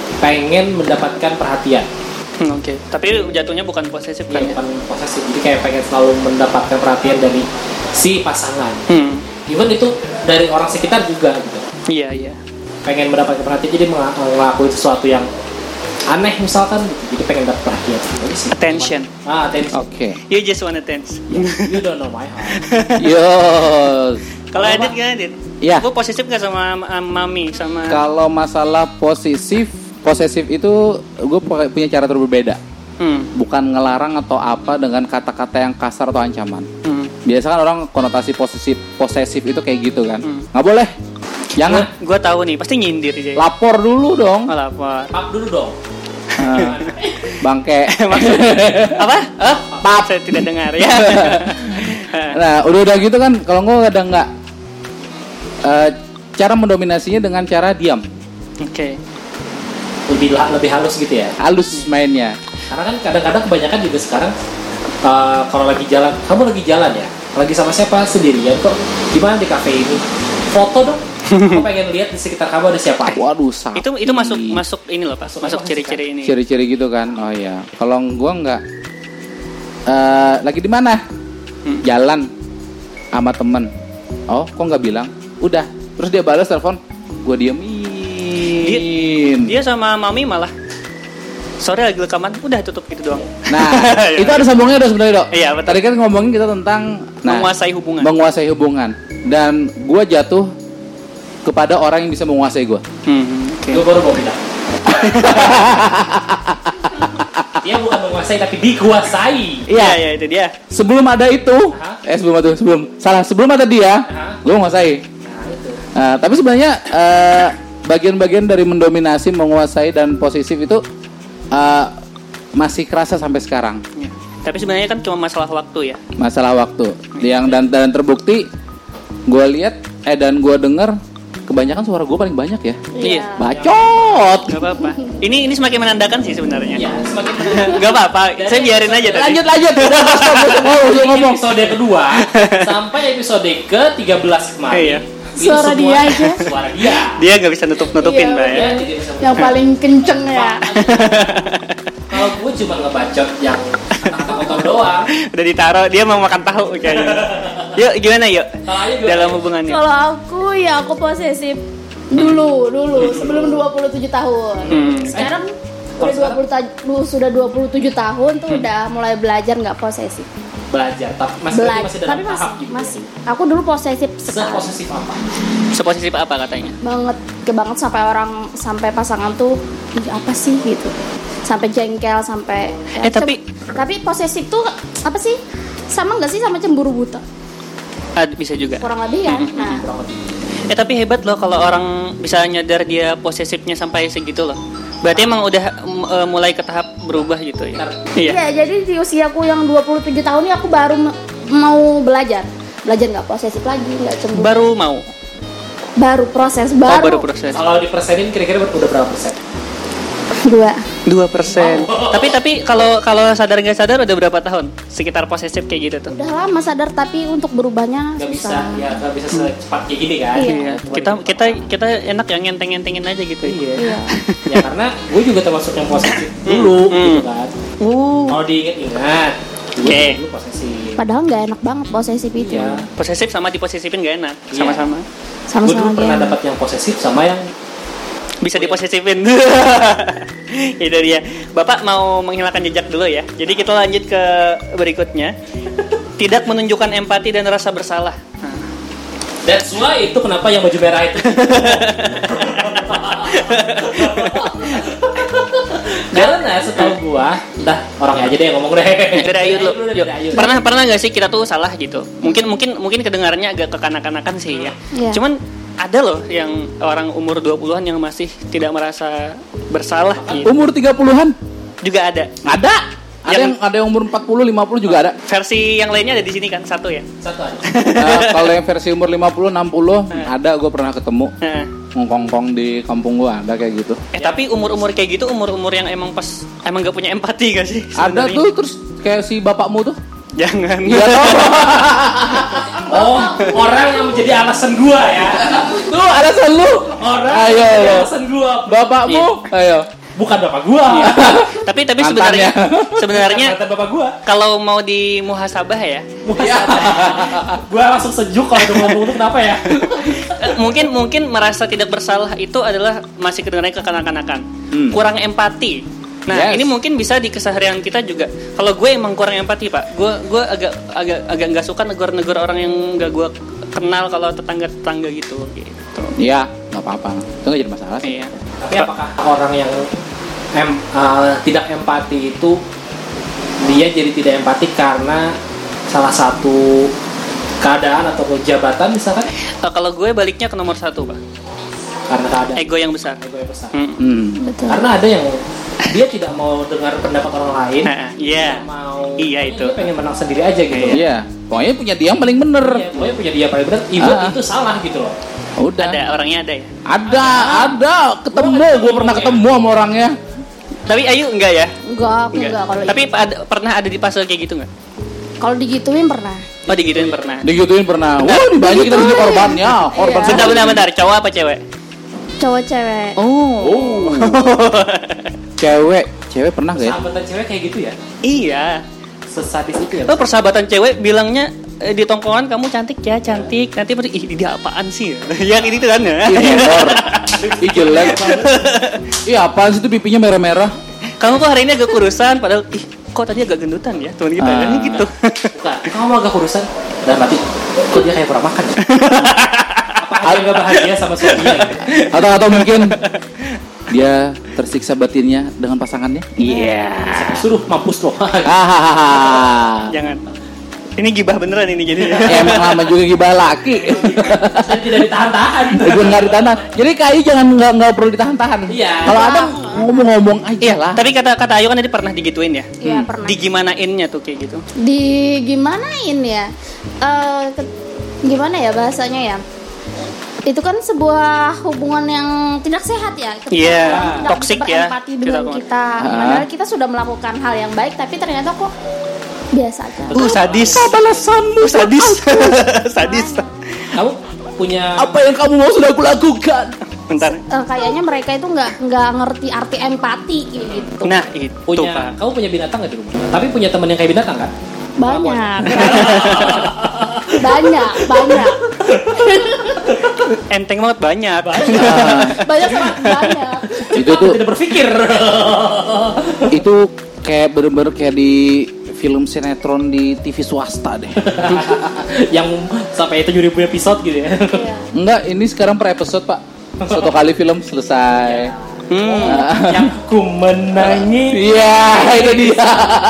pengen mendapatkan perhatian. Hmm, Oke, okay. Tapi jatuhnya bukan posesif kan? Dia Ya? bukan posesif, jadi kayak pengen selalu mendapatkan perhatian dari si pasangan. Hmm. Even itu dari orang sekitar juga gitu. Iya iya. Pengen mendapatkan perhatian, jadi meng- ngelakuin sesuatu yang aneh misalkan gitu. Jadi pengen dapat perhatian. Jadi sih, Attention. cuman- ah, attention. Oke. You just want attention. You don't know my heart. Yo. Kalau Apa? Adit gimana Adit? Iya. Gue posesif gak sama um, mami sama? Kalau masalah posesif, posesif itu gue punya cara berbeda. Hmm. Bukan ngelarang atau apa dengan kata-kata yang kasar atau ancaman. Hmm. Biasa kan orang konotasi posesif posesif itu kayak gitu kan. Hmm. Nggak boleh. Jangan. Gue tahu nih, pasti nyindir dia. Lapor dulu dong. Oh, lapor. Pap dulu dong. Nah, bangke. Apa? Oh, pap. Saya tidak dengar ya. Nah, udah-udah gitu kan kalau gue kadang nggak eh, cara mendominasinya dengan cara diam. Oke. Lebih la- lebih halus gitu ya. Halus mainnya. Karena kan kadang-kadang kebanyakan juga sekarang uh, kalau lagi jalan, kamu lagi jalan ya, lagi sama siapa? Sendirian kok? Gimana di kafe ini? Foto dong. Aku pengen lihat di sekitar kamu ada siapa. Waduh, sakit. Itu itu masuk masuk ini loh Pak. Masuk Masuk apa ciri-ciri ini. Ciri-ciri gitu kan. Oh iya. Kalau gua nggak eh lagi di mana? Hmm. Jalan sama temen. Oh, kok nggak bilang? Udah. Terus dia balas telepon. Gua diemin. Dia sama mami malah sore lagi rekaman, udah tutup gitu doang. Nah, itu ada sambungnya udah sebenarnya, Dok. Iya, betul. Tadi kan ngomongin kita tentang nah, Menguasai hubungan. Menguasai hubungan. Dan gua jatuh kepada orang yang bisa menguasai gua. Hmm, oke. Gue baru mau bilang. Dia bukan menguasai tapi dikuasai. Iya, iya itu dia. Sebelum ada itu, Aha. eh sebelum itu, sebelum salah, sebelum ada dia, Aha. gua menguasai. Nah itu. Nah, tapi sebenarnya eh, bagian-bagian dari mendominasi, menguasai dan posesif itu eh, masih kerasa sampai sekarang. Ya. Tapi sebenarnya kan cuma masalah waktu ya. Masalah waktu. Yang dan dan terbukti gue lihat eh dan gue denger kebanyakan suara gue paling banyak ya. Iya. Bacot. Gak apa-apa. Ini ini semakin menandakan sih sebenarnya. Ya semakin Gak apa-apa. Saya biarin aja tadi. Lanjut lanjut. Udah stop, stop, ngomong, Dari ngomong. episode kedua sampai episode ke tiga belas kemarin. Iya. Itu Suara semua dia aja. Suara dia. Dia nggak bisa nutup-nutupin Iya, Pak ya. Dia tidak bisa Yang paling kenceng ya. Kalau gue cuma ngebacot yang kata-kata doang. Udah ditaruh, dia mau makan tahu kayaknya. Yuk gimana yuk? Kalau aja gimana? Dalam hubungannya. Kalau aku ya aku posesif dulu, dulu sebelum dua puluh tujuh tahun. Hmm. Sekarang Eh, udah kalau dua puluh ta- lu sudah dua puluh tujuh tahun tuh udah mulai belajar nggak posesif. Belajar, tapi masih Belajar, masih dalam tapi masih tahap gitu. masih. Aku dulu posesif sekali. Seposesif apa? Seposesif apa katanya? Banget ke banget sampai orang sampai pasangan tuh "Ih, apa sih gitu. Sampai jengkel sampai Eh, tapi- cem- tapi posesif tuh apa sih? Sama nggak sih sama cemburu buta? Ah, bisa juga. Kurang lebih kan. Nah, Kurang lebih. Eh tapi hebat loh kalau orang bisa nyadar dia posesifnya sampai segitu loh. Berarti emang udah m- e, mulai ke tahap berubah gitu ya. Benar. Iya. iya, jadi di usiaku yang dua puluh tujuh tahun ini aku baru me- mau belajar. Belajar nggak posesif lagi, nggak cemburu. Baru mau. Baru proses, Oh, baru. baru proses. Kalau dipersenin kira-kira udah berapa persen? Dua. dua persen. Tapi tapi kalau kalau sadar nggak sadar udah berapa tahun? Sekitar posesif kayak gitu tuh. Udah lama sadar tapi untuk berubahnya Gak bisa, susah. ya gak bisa secepat kayak gini kan? Iya. Iya. Kita kita kita enak ya ngenteng-ngentengin aja gitu. Iya. Iya. Ya karena gue juga termasuk yang posesif dulu Hmm. gitu kan. Uh. Kalau diingat-ingat, gue Oke. dulu posesif. Padahal nggak enak banget posesif itu. Iya. Posesif sama diposesifin gak enak. Iya. Sama-sama. Gue Sama-sama dulu pernah dia. dapat yang posesif sama yang Bisa diposesifin. Itu dia. Bapak mau menghilangkan jejak dulu ya. Jadi kita lanjut ke berikutnya. Tidak menunjukkan empati dan rasa bersalah. Nah. that's why itu kenapa yang baju merah itu. Karena setahu gua, dah orangnya aja deh yang ngomong deh. Dari Ayu dulu. Dari Yuk. Ayu. Pernah pernah nggak sih kita tuh salah gitu? Mungkin mungkin mungkin kedengarannya agak kekanak-kanakan sih ya. Iya. Cuman ada loh yang orang umur dua puluhan yang masih tidak merasa bersalah gitu. Umur tiga puluhan Juga ada. ada. Ada Yang- yang ada yang umur empat puluh, lima puluh juga ada. Versi yang lainnya ada di sini kan satu ya. Satu aja. Eh, kalau yang versi umur lima puluh, enam puluh ada, gue pernah ketemu Nah. ngongkong di kampung gua ada kayak gitu. Eh tapi umur-umur kayak gitu umur-umur yang emang pas emang gak punya empati gak sih? Ada sebenarnya? tuh terus kayak si bapakmu tuh. Jangan. Iya toh. Oh, orang yang menjadi alasan gua ya. Gua Tuh alasan lu. Orang Ayo, yang ayo. alasan gua. Bapakmu. Ayo. Bukan bapak gua. Tapi tapi Mantannya. sebenarnya sebenarnya Mantan bapak gua. kalau mau di muhasabah ya, Gua langsung sejuk kalau udah ngomong itu kenapa ya? eh, mungkin mungkin merasa tidak bersalah itu adalah masih kedengarannya kekanak-kanakan, Hmm. kurang empati. Nah Yes. ini mungkin bisa di keseharian kita juga. Kalau gue emang kurang empati pak, gue gue agak agak agak nggak suka negor-negor orang yang nggak gue kenal kalau tetangga-tetangga gitu gitu. Iya, nggak apa-apa. Itu nggak jadi masalah sih. Iya. Tapi apakah orang yang em, uh, tidak empati itu dia jadi tidak empati karena salah satu keadaan atau jabatan misalkan? Eh, kalau gue baliknya ke nomor satu pak, Karena keadaan ego yang besar. ego yang besar. Hmm. Hmm. Betul. Karena ada yang dia tidak mau dengar pendapat orang lain, Nah, iya. tidak mau, Iya, itu. dia pengen menang sendiri aja gitu. Iya, pokoknya punya dia yang paling bener. Iya, pokoknya punya dia paling benar, even Ah. itu salah gitu loh. Udah. Ada orangnya ada ya. Ada, ada. Ketemu, gue pernah ketemu sama orangnya. Tapi Ayu enggak ya? Enggak, aku enggak kalau Tapi ada- pernah ada di fase kayak gitu nggak? kalau digituin pernah. Oh digituin pernah. Digituin pernah. Wah, di banyak kita jadi korbannya. Korban Iya. Bentar, bentar, bentar. Cowok apa cewek? Cowok cewek. Oh. Cewek, cewek pernah gak ya? Sahabatan cewek kayak gitu ya? Iya. Sesadis itu ya? Oh persahabatan cewek bilangnya eh, di tongkongan kamu cantik ya cantik. Nanti pada ih dia apaan sih? Yang ini tuh kan ya. Ih, horor. Ih, jelek. Ih, apaan sih itu pipinya merah-merah? Kamu kok hari ini agak kurusan padahal ih kok tadi agak gendutan ya teman kita Ah. kan gitu. Bukan, kamu agak kurusan dan mati. Kok dia kayak kurang makan ya? Apa ada nggak bahagia sama suaminya? Atau atau mungkin dia tersiksa batinnya dengan pasangannya? Iya. Suruh mampus loh. Hahaha. Jangan. Ini gibah beneran ini jadi. Ya, emang lama juga gibah laki. Dan tidak ditahan-tahan. Gue nggak ditahan. Jadi kayu jangan nggak nggak perlu ditahan-tahan. Iya. Kalau ada ngomong-ngomong aja Iya, lah. tapi kata kata Ayu kan tadi pernah digituin ya. Iya, pernah. Digimanainnya tuh kayak gitu. Di gimanain ya? Eh, ke- gimana ya bahasanya ya? Itu kan sebuah hubungan yang tidak sehat ya. Ketika Iya, orang tidak toxic ya. berempati dengan Kita- kita. Padahal kita sudah melakukan hal yang baik, tapi ternyata kok biasa aja. Uh sadis. Balasanmu Sadis. Sadis. Kamu punya Apa yang kamu mau sudah aku lakukan? Bentar. Eh, kayaknya mereka itu nggak nggak ngerti arti empati gitu. Nah, itu punya Pak. kamu punya binatang nggak di rumah? Tapi punya teman yang kayak binatang kan? Banyak. banyak, banyak. Enteng banget banyak. Banyak sama banyak. Itu tuh Tidak berpikir. itu kayak bener-bener kayak di film sinetron di T V swasta deh. Yang sampai tujuh ribu episode gitu ya. Iya. Enggak, ini sekarang per episode, Pak. Satu kali film selesai. Hmm. Yang ku menangi. Iya, itu dia.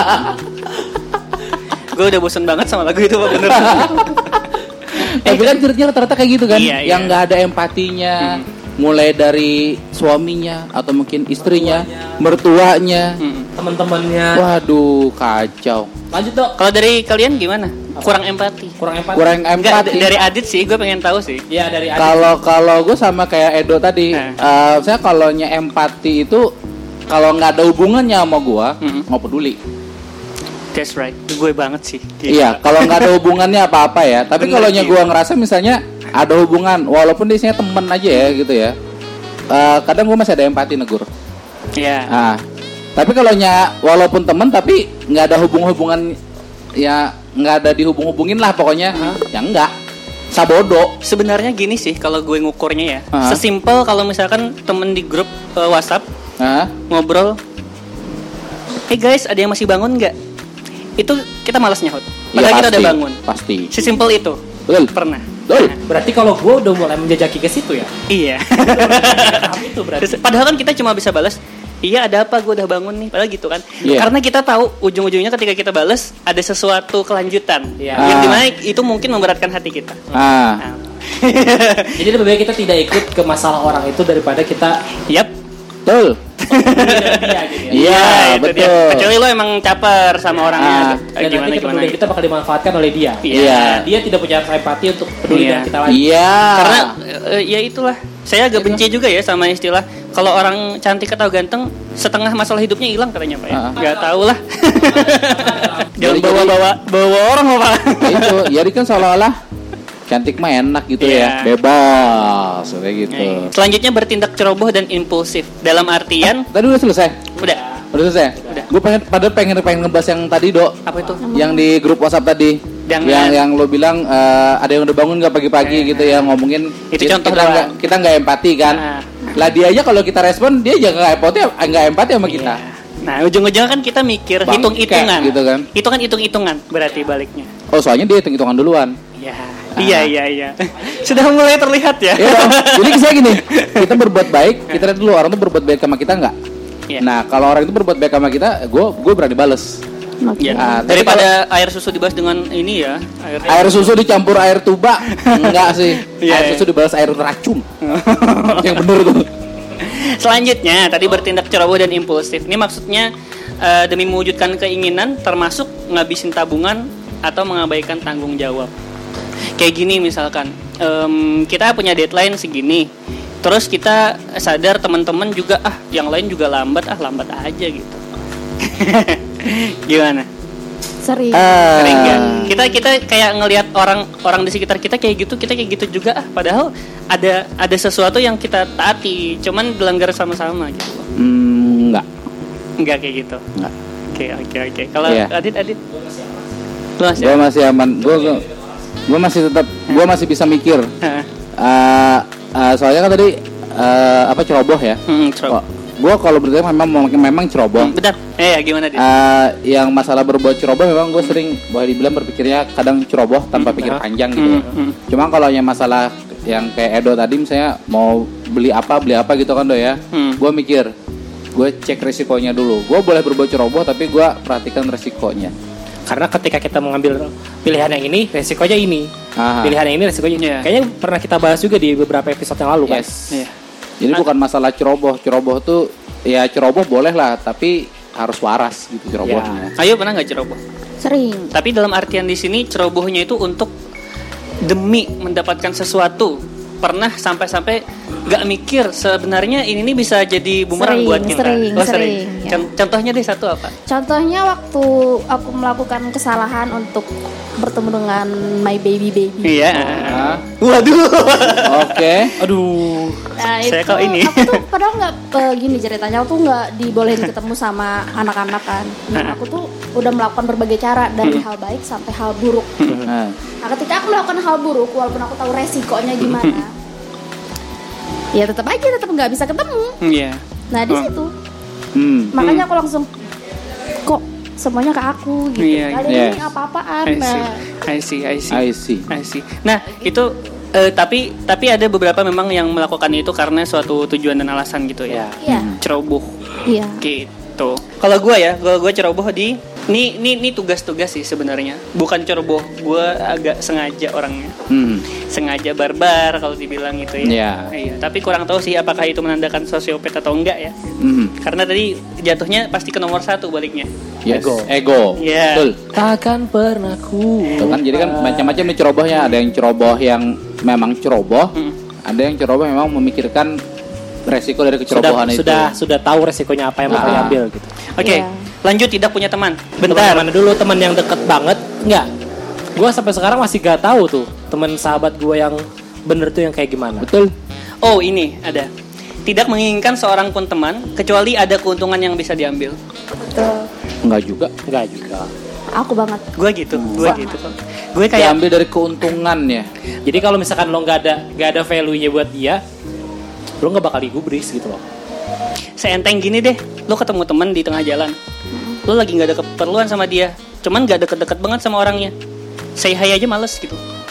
Gue udah bosen banget sama lagu itu Pak bener. Tapi kan ceritanya rata-rata kayak gitu kan, Iya, iya. yang nggak ada empatinya, mulai dari suaminya atau mungkin istrinya, mertuanya. Hmm. Teman-temannya. Waduh, kacau. Lanjut dok. Kalau dari kalian gimana? Kurang empati. Kurang empati. Kurang Enggak, empati. d- dari Adit sih, gue pengen tahu sih. Ya dari Adit. Kalau kalau gue sama kayak Edo tadi, Nah. eh, saya kalaunya empati itu kalau nggak ada hubungannya sama gue, Mm-mm. nggak peduli. That's right. Gue banget sih. Iya, kalau nggak ada hubungannya apa-apa ya. Tapi Bener kalau sih. gue ngerasa misalnya ada hubungan, walaupun isinya temen aja ya gitu ya. eh, kadang gue masih ada empati negur. Iya. Nah, tapi kalau nya walaupun temen tapi nggak ada hubung-hubungan ya nggak ada dihubung-hubungin lah pokoknya, ya enggak. Sabodo. Sebenarnya gini sih kalau gue ngukurnya ya. Hah? Sesimpel kalau misalkan temen di grup eh, WhatsApp Hah? ngobrol, hey guys, ada yang masih bangun nggak? Itu kita malas nyaut. Ya, Padahal kita udah pasti, bangun. Pasti. Sesimpel itu. Betul. Pernah. Betul. Berarti kalau gue udah mulai menjajaki ke situ ya. Iya. Tahap itu berarti. Padahal kan kita cuma bisa balas, iya ada apa, gue udah bangun nih. Padahal gitu kan. Iya. Karena kita tahu ujung-ujungnya ketika kita balas ada sesuatu kelanjutan. Iya. Yang Ah. dimana itu mungkin memberatkan hati kita. Ah, Nah. Jadi lebih baik kita tidak ikut ke masalah orang itu daripada kita Yap. betul. dari dia gitu ya. Iya, itu betul. dia. Kecuali lo emang caper sama orangnya. Ah. Eh, Dan gimana nanti gimana. kepedulian kita bakal dimanfaatkan oleh dia. Iya. Dia tidak punya rasa empati untuk peduli Iya. dengan kita lagi. Iya. Karena eh, ya itulah. Saya agak benci juga ya sama istilah kalau orang cantik atau ganteng setengah masalah hidupnya hilang katanya Pak ya. Ah. Gak tahu lah. Jangan Jadi- bawa-bawa bawa orang loh Pak. itu jadi kan seolah-olah Cantik mah enak gitu Iya. ya, bebas kayak gitu. Nah, selanjutnya bertindak ceroboh dan impulsif. Dalam artian Tadi udah selesai, udah udah selesai. Udah. Gue pengen, padahal pengen pengen ngebahas yang tadi Dok, apa itu? yang di grup WhatsApp tadi. Jangan. Yang yang lo bilang eh, ada yang udah bangun nggak pagi-pagi gitu ya, ngomongin Itu kita- contoh kita doang. nggak kita nggak empati kan. Nah. Lah dia aja kalau kita respon dia juga nggak empati nggak empati sama kita. Iya. Nah, ujung-ujungnya kan kita mikir Bangke hitung-hitungan. gitu kan. Itu kan hitung-hitungan berarti baliknya. Oh soalnya dia hitung-hitungan duluan. Iya. Iya, iya, iya. Sudah mulai terlihat ya. Iya dong. Jadi saya gini, kita berbuat baik, kita lihat dulu orang tuh berbuat baik sama kita nggak. Iya. Nah kalau orang itu berbuat baik sama kita, gue gue berani bales. Oke. Ya. Ah, tapi Daripada air susu dibahas dengan ini ya, air, Air susu dicampur air tuba, enggak sih. Iya, Air iya. susu dibalas air racun. Yang bener tuh. Selanjutnya tadi bertindak ceroboh dan impulsif. Ini maksudnya eh, demi mewujudkan keinginan termasuk ngabisin tabungan atau mengabaikan tanggung jawab. Kayak gini misalkan, em, kita punya deadline segini. Terus kita sadar teman-teman juga ah yang lain juga lambat, ah lambat aja gitu. Gimana? Sering. Ah. Sering nggak? Kita kita kayak ngelihat orang orang di sekitar kita kayak gitu, kita kayak gitu juga ah. Padahal ada ada sesuatu yang kita taati, cuman dilanggar sama-sama gitu. Hmm, enggak. Enggak kayak gitu. Enggak. Oke oke oke. Kalau Iya. Adit Adit, lu masih? Gue masih aman. Gue gue masih tetap gue masih bisa mikir. Hah. Uh, uh, soalnya kan tadi uh, apa ceroboh ya? Hmm, ceroboh. Gue kalau berarti memang memang ceroboh. Hmm, bentar. Eh ya gimana Dit? Uh, yang masalah berbuat ceroboh memang gue sering boleh dibilang berpikirnya kadang ceroboh tanpa pikir panjang gitu. Hmm, hmm. Cuma kalau yang masalah yang kayak Edo tadi misalnya mau beli apa beli apa gitu kan Do ya, Hmm. gue mikir, gue cek resikonya dulu. Gue boleh berbuat ceroboh tapi gue perhatikan resikonya. Karena ketika kita mengambil pilihan yang ini, resikonya ini. Aha. Pilihan yang ini resikonya ini. Iya. Kayaknya pernah kita bahas juga di beberapa episode yang lalu kan. Yes. Iya. Jadi bukan masalah ceroboh, ceroboh tuh ya ceroboh boleh lah tapi harus waras gitu cerobohnya. Ayo pernah nggak ceroboh? Sering. Tapi dalam artian di sini cerobohnya itu untuk demi mendapatkan sesuatu. Pernah sampai-sampai nggak mikir sebenarnya ini nih bisa jadi bumerang Sering, buat kita. sering, Oh, sering, ya. Con- Contohnya deh satu apa? Contohnya waktu aku melakukan kesalahan untuk bertemu dengan my baby baby. Iya. Hah? Waduh. Oke. Aduh. Nah, Saya itu kok ini. aku tuh padahal nggak eh, gini ceritanya, aku tuh nggak dibolehin ketemu sama anak-anak kan. Nah, aku tuh udah melakukan berbagai cara dari hal baik sampai hal buruk. Nah, Nah, ketika aku melakukan hal buruk, walaupun aku tahu resikonya gimana, ya tetap aja tetap nggak bisa ketemu. Iya. Nah di Oh. situ, hmm. makanya aku langsung kok semuanya ke aku gitu. Iya, Kalian iya. ini apa-apaan? I see. Nah, I see, I see. I see. I see. Nah, itu eh, tapi tapi ada beberapa memang yang melakukan itu karena suatu tujuan dan alasan gitu ya. iya, Ceroboh iya. gitu. Kalau gue ya, kalau gue ceroboh di ini ini ini tugas-tugas sih sebenarnya. Bukan ceroboh, gue agak sengaja orangnya. Hmm. Sengaja barbar kalau dibilang gitu ya. Iya. Iya, tapi kurang tahu sih apakah itu menandakan sosiopat atau enggak ya. Hmm. Karena tadi jatuhnya pasti ke nomor satu baliknya. Yes. Ego. Ego. Iya. Betul. Takkan pernah ku. Tuh kan jadi kan macam-macam nih cerobohnya. Ada yang ceroboh yang memang ceroboh, Hmm. ada yang ceroboh memang memikirkan resiko dari sudah kecerobohan itu. sudah sudah tahu resikonya apa yang bakal Ah. diambil gitu. Oke, Iya. lanjut tidak punya teman. Bentar, Bentar. mana dulu teman yang deket banget? Enggak. Gua sampai sekarang masih gak tahu tuh teman sahabat gua yang bener tuh yang kayak gimana. Betul. Oh, ini ada. Tidak menginginkan seorang pun teman kecuali ada keuntungan yang bisa diambil. Betul. Enggak juga. Enggak juga. Aku banget. Gue gitu, gue Sama. gitu kok. Gue kayak Diambil dari keuntungannya. Jadi kalau misalkan lo nggak ada nggak ada value-nya buat dia, lo nggak bakal digubris gitu loh. seenteng gini deh. Lo ketemu teman di tengah jalan. Lo lagi nggak ada keperluan sama dia. Cuman nggak deket-deket banget sama orangnya. Say hi aja males gitu.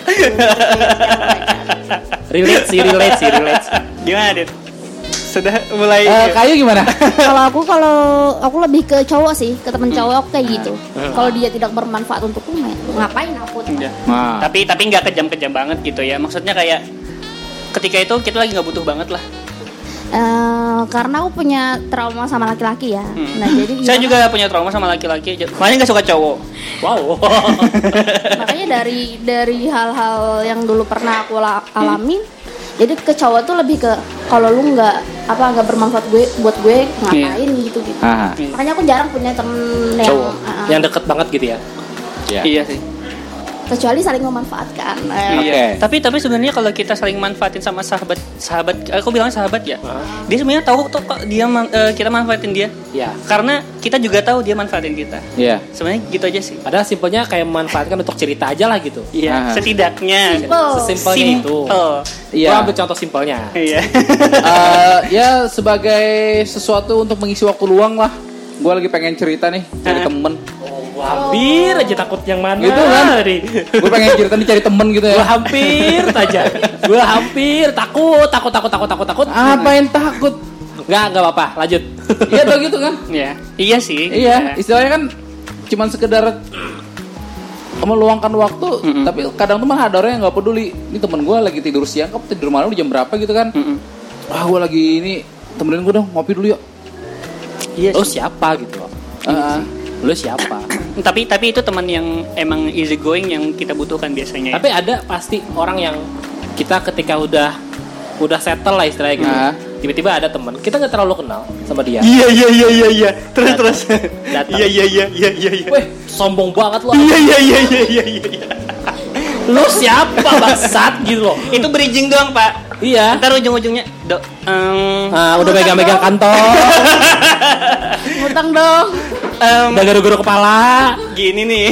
Relate sih, relate sih, relate sih. Gimana, Dit? Sudah mulai Eh, kayu gimana? Kalau aku kalau aku lebih ke cowok sih, ke temen cowok aku kayak gitu. Kalau dia tidak bermanfaat untukku, ngapain aku? Iya. Nah, Tapi tapi nggak kejam-kejam banget gitu ya. Maksudnya kayak ketika itu kita lagi nggak butuh banget lah. Eh, karena aku punya trauma sama laki-laki ya. Hmm. Nah jadi Saya gimana- juga punya trauma sama laki-laki. Makanya nggak suka cowok. Wow. makanya dari dari hal-hal yang dulu pernah aku la- alamin, jadi ke cowok tuh lebih ke kalau lu nggak apa nggak bermanfaat gue buat gue ngapain gitu gitu. ah, Makanya aku jarang punya temen yang Cowok ah, yang deket banget gitu ya. ya. Iya sih. kecuali saling memanfaatkan. Eh, Oke. Iya. Tapi tapi sebenarnya kalau kita saling manfaatin sama sahabat sahabat, aku bilang sahabat ya. Dia sebenarnya tahu tuh kok dia man- eh, kita manfaatin dia. Ya. Karena kita juga tahu dia manfaatin kita. Iya. Sebenarnya gitu aja sih. Padahal simpelnya kayak memanfaatkan untuk cerita aja lah gitu. Iya, Ah. setidaknya. Simple. Sesimpelnya itu. Simple. Iya. Gua ambil contoh simpelnya. Iya. Eh, ya sebagai sesuatu untuk mengisi waktu luang lah. Gue lagi pengen cerita nih cari Ah. temen. Gua hampir aja takut yang mana. Gitu kan? Ri. Gue pengen cerita nih cari temen gitu Gua ya. hampir aja. Gua hampir takut, takut, takut, takut, takut, takut. Apa yang takut? Enggak, enggak apa-apa. Lanjut. Iya tuh gitu kan. Iya. Iya sih. Iya, istilahnya kan cuman sekedar meluangkan waktu, Mm-mm. tapi kadang tuh malah ada orang yang nggak peduli. Ini temen gue lagi tidur siang, kamu tidur malam di jam berapa gitu kan? Mm-mm. Ah, gue lagi ini temenin gue dong ngopi dulu yuk. Iya Lu sih. siapa gitu loh. Ah, Lu siapa? Tapi tapi itu teman yang emang easy going yang kita butuhkan biasanya. Ya. Tapi ada pasti orang yang kita ketika udah udah settle lah istilahnya gitu. Nah. Tiba-tiba ada teman, kita nggak terlalu kenal sama dia. Iya iya iya iya iya. Terus terus. Datang. Iya iya iya iya iya iya. Weh, sombong banget lo. Iya iya iya iya iya iya. Lu siapa bangsat gitu loh. Itu bridging doang, Pak. Iya. Ntar ujung-ujungnya, dok, em, Ah, udah megang-megang kantong, ngutang dong. em, udah garu-garu kepala. gini nih.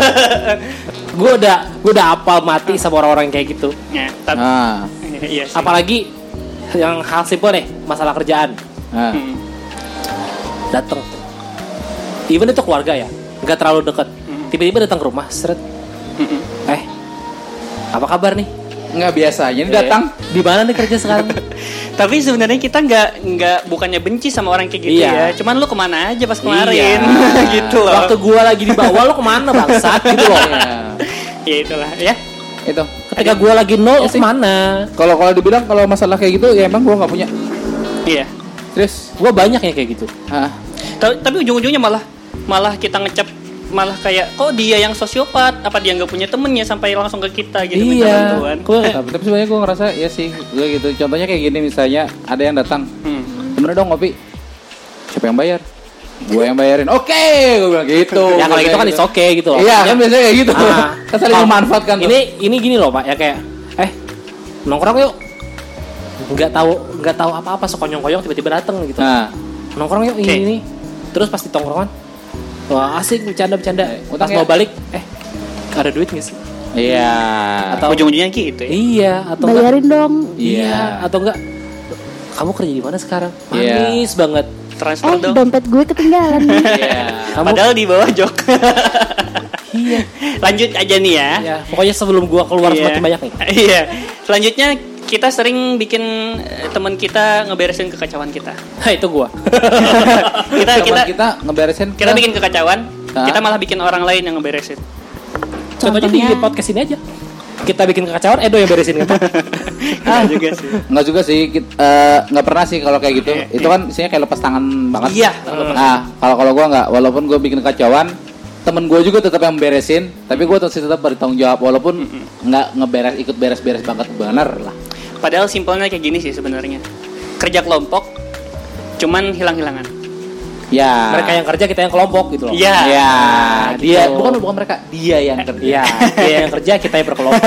Gue udah gue udah apal mati sama orang-orang kayak gitu. Ya, tapi ah, iya sih. Apalagi yang hal simpel nih, masalah kerjaan. ah. Hmm. Datang. Even itu keluarga ya, nggak terlalu deket. Tiba-tiba datang ke rumah, seret. Mm-mm. Eh, apa kabar nih? Nggak biasanya ini datang. Eh, di mana nih kerja sekarang? Tapi sebenarnya kita nggak nggak bukannya benci sama orang kayak gitu Iya. ya. Cuman lu kemana aja pas kemarin, Iya. gitu loh. Waktu gua lagi di bawah lo kemana bangsat gitu loh. Iya. Ya itulah ya. Itu. Ketika gua lagi nol, Ya lo sih. kemana? Kalau kalau dibilang kalau masalah kayak gitu ya emang gue nggak punya. Iya. Terus, Gua banyak yang kayak gitu. ah, Ta- Tapi ujung-ujungnya malah malah kita ngecap malah kayak kok dia yang sosiopat, apa dia nggak punya temennya sampai langsung ke kita gitu minta Iya. bantuan. Gua tapi, tapi sebenarnya gue ngerasa ya sih gue gitu. Contohnya kayak gini misalnya ada yang datang, Hmm. temennya dong ngopi. Siapa yang bayar? Gue yang bayarin. Oke, gue bilang gitu. ya kalau Gua gitu kan kayak is oke gitu loh. Iya, kan biasanya kayak gitu. Ah. Kan saling Kalau- memanfaatkan tuh. Ini ini gini loh Pak, ya kayak eh nongkrong yuk. Nggak tahu nggak tahu apa-apa sekonyong-konyong tiba-tiba datang gitu. Nah, Nongkrong yuk ini Oke. ini. Terus pas di tongkrongan, wah asik bercanda-bercanda. Eh, Pas utang mau ya? balik, eh ada duit nggak sih? iya. Atau Ujung-ujungnya gitu ya. iya atau enggak? Bayarin dong. Iya atau enggak? Kamu kerja di mana sekarang? Iya. Manis banget. Transfer Eh, dong. dompet gue ketinggalan. Iya. Kamu Padahal di bawah jok. iya. Lanjut aja nih ya. Ya, pokoknya sebelum gua keluar Iya. semakin banyak nih. Iya. Selanjutnya kita sering bikin eh, teman kita ngeberesin kekacauan kita. Hah, itu gua. kita Teman kita kita ngeberesin kita bikin kekacauan, Hah? kita malah bikin orang lain yang ngeberesin. Contohnya di podcast ini aja. Kita bikin kekacauan, Edo yang beresin kan. Ah juga sih. Nggak juga sih, kit- eh, nggak pernah sih kalau kayak gitu. Iya, Itu kan isinya kayak lepas tangan banget. Iya. Nah, kalau kalau gue nggak, walaupun gue bikin kacauan, temen gue juga tetap yang beresin, tapi gue tetap tetap bertanggung jawab walaupun nggak ngeberes ikut beres-beres banget bener lah. Padahal simpelnya kayak gini sih sebenarnya. Kerja kelompok, cuman hilang-hilangan. Ya. Mereka yang kerja, kita yang kelompok gitu loh. Iya. Ya, gitu. dia bukan bukan mereka, dia yang kerja. Iya, dia yang kerja, kita yang berkelompok.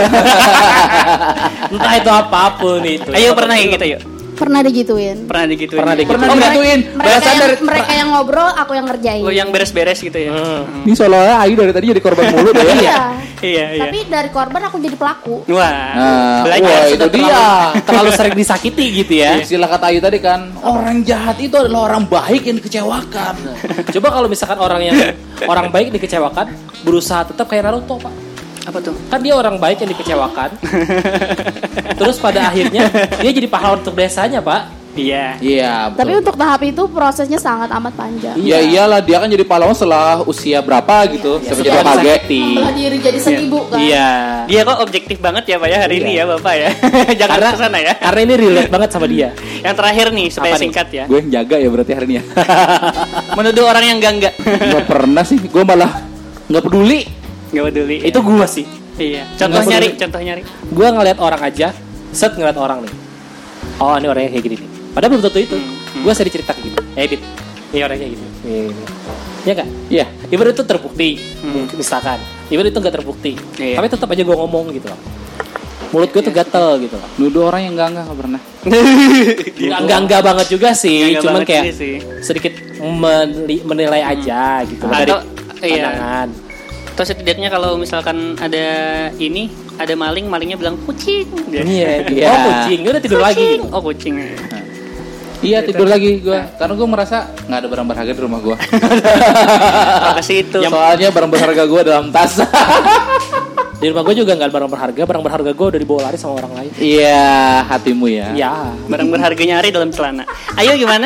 Entah itu apapun itu. Ayo pernah yang gitu yuk. Pernah digituin. Pernah digituin. Pernah digituin. Pernah Oh, mereka- digituin. Mereka, Bahasa yang, dari- mereka yang ngobrol, aku yang ngerjain. Lo yang beres-beres gitu ya. Hmm. Ini seolah-olah Ayu dari tadi jadi korban mulu deh. Iya. Iya, iya. Tapi dari korban aku jadi pelaku. Wah, Nah, belajar wah, sudah itu dia. Terlalu sering disakiti gitu ya. Istilah kata Ayu tadi kan, orang jahat itu adalah orang baik yang dikecewakan. Coba kalau misalkan orang yang orang baik dikecewakan, berusaha tetap kayak Naruto, Pak. Apa tuh? Kan dia orang baik yang dikecewakan. Terus pada akhirnya dia jadi pahlawan untuk desanya, Pak. Iya. Iya, betul. Tapi untuk tahap itu prosesnya sangat amat panjang. Ya iyalah, dia kan jadi pahlawan setelah usia berapa gitu, Iya, sampai setelah jadi kaget. disakiti. Belah diri jadi seribu kan. Iya. Dia kok objektif banget ya Pak ya hari Iya. ini ya Bapak ya. Jangan Karena kesana ya. Karena ini relate banget sama dia. Yang terakhir nih supaya Apa nih? singkat ya. Gue yang jaga ya berarti hari ini ya. Menuduh orang yang enggak-enggak. Gak pernah sih, gue malah nggak peduli. Enggak peduli. Itu gua sih. Iya. Contoh Nggak nyari, peduli. contoh nyari. Gua ngeliat orang aja, set ngeliat orang nih. Oh, ini orangnya kayak gini nih. Padahal belum tentu itu. Hmm, hmm. Gua sering cerita kayak gini. Eh, Dit, Iya orang kayak gitu. Iya. Ya nggak? Iya. Even itu terbukti, misalkan. Even itu nggak terbukti, Iya. tapi tetap aja gue ngomong gitu loh. Mulut gue tuh gatel gitu loh. Nuduh orang yang enggak enggak nggak pernah. Enggak enggak enggak banget juga sih, Enggak cuman banget kayak juga sih. sedikit menili- menilai aja gitu loh, dari Atau iya. pandangan. Atau setidaknya kalau misalkan ada ini, ada maling, malingnya bilang kucing. Iya, Iya. oh kucing, udah tidur lagi. Oh kucing. Iya tidur lagi gue, karena gue merasa nggak ada barang berharga di rumah gue. Apa sih itu? Soalnya barang berharga gue dalam tas. Di rumah gue juga nggak ada barang berharga, barang berharga gue udah dibawa lari sama orang lain. Iya hatimu ya. Iya, Barang berharga nyari dalam celana. Ayo gimana?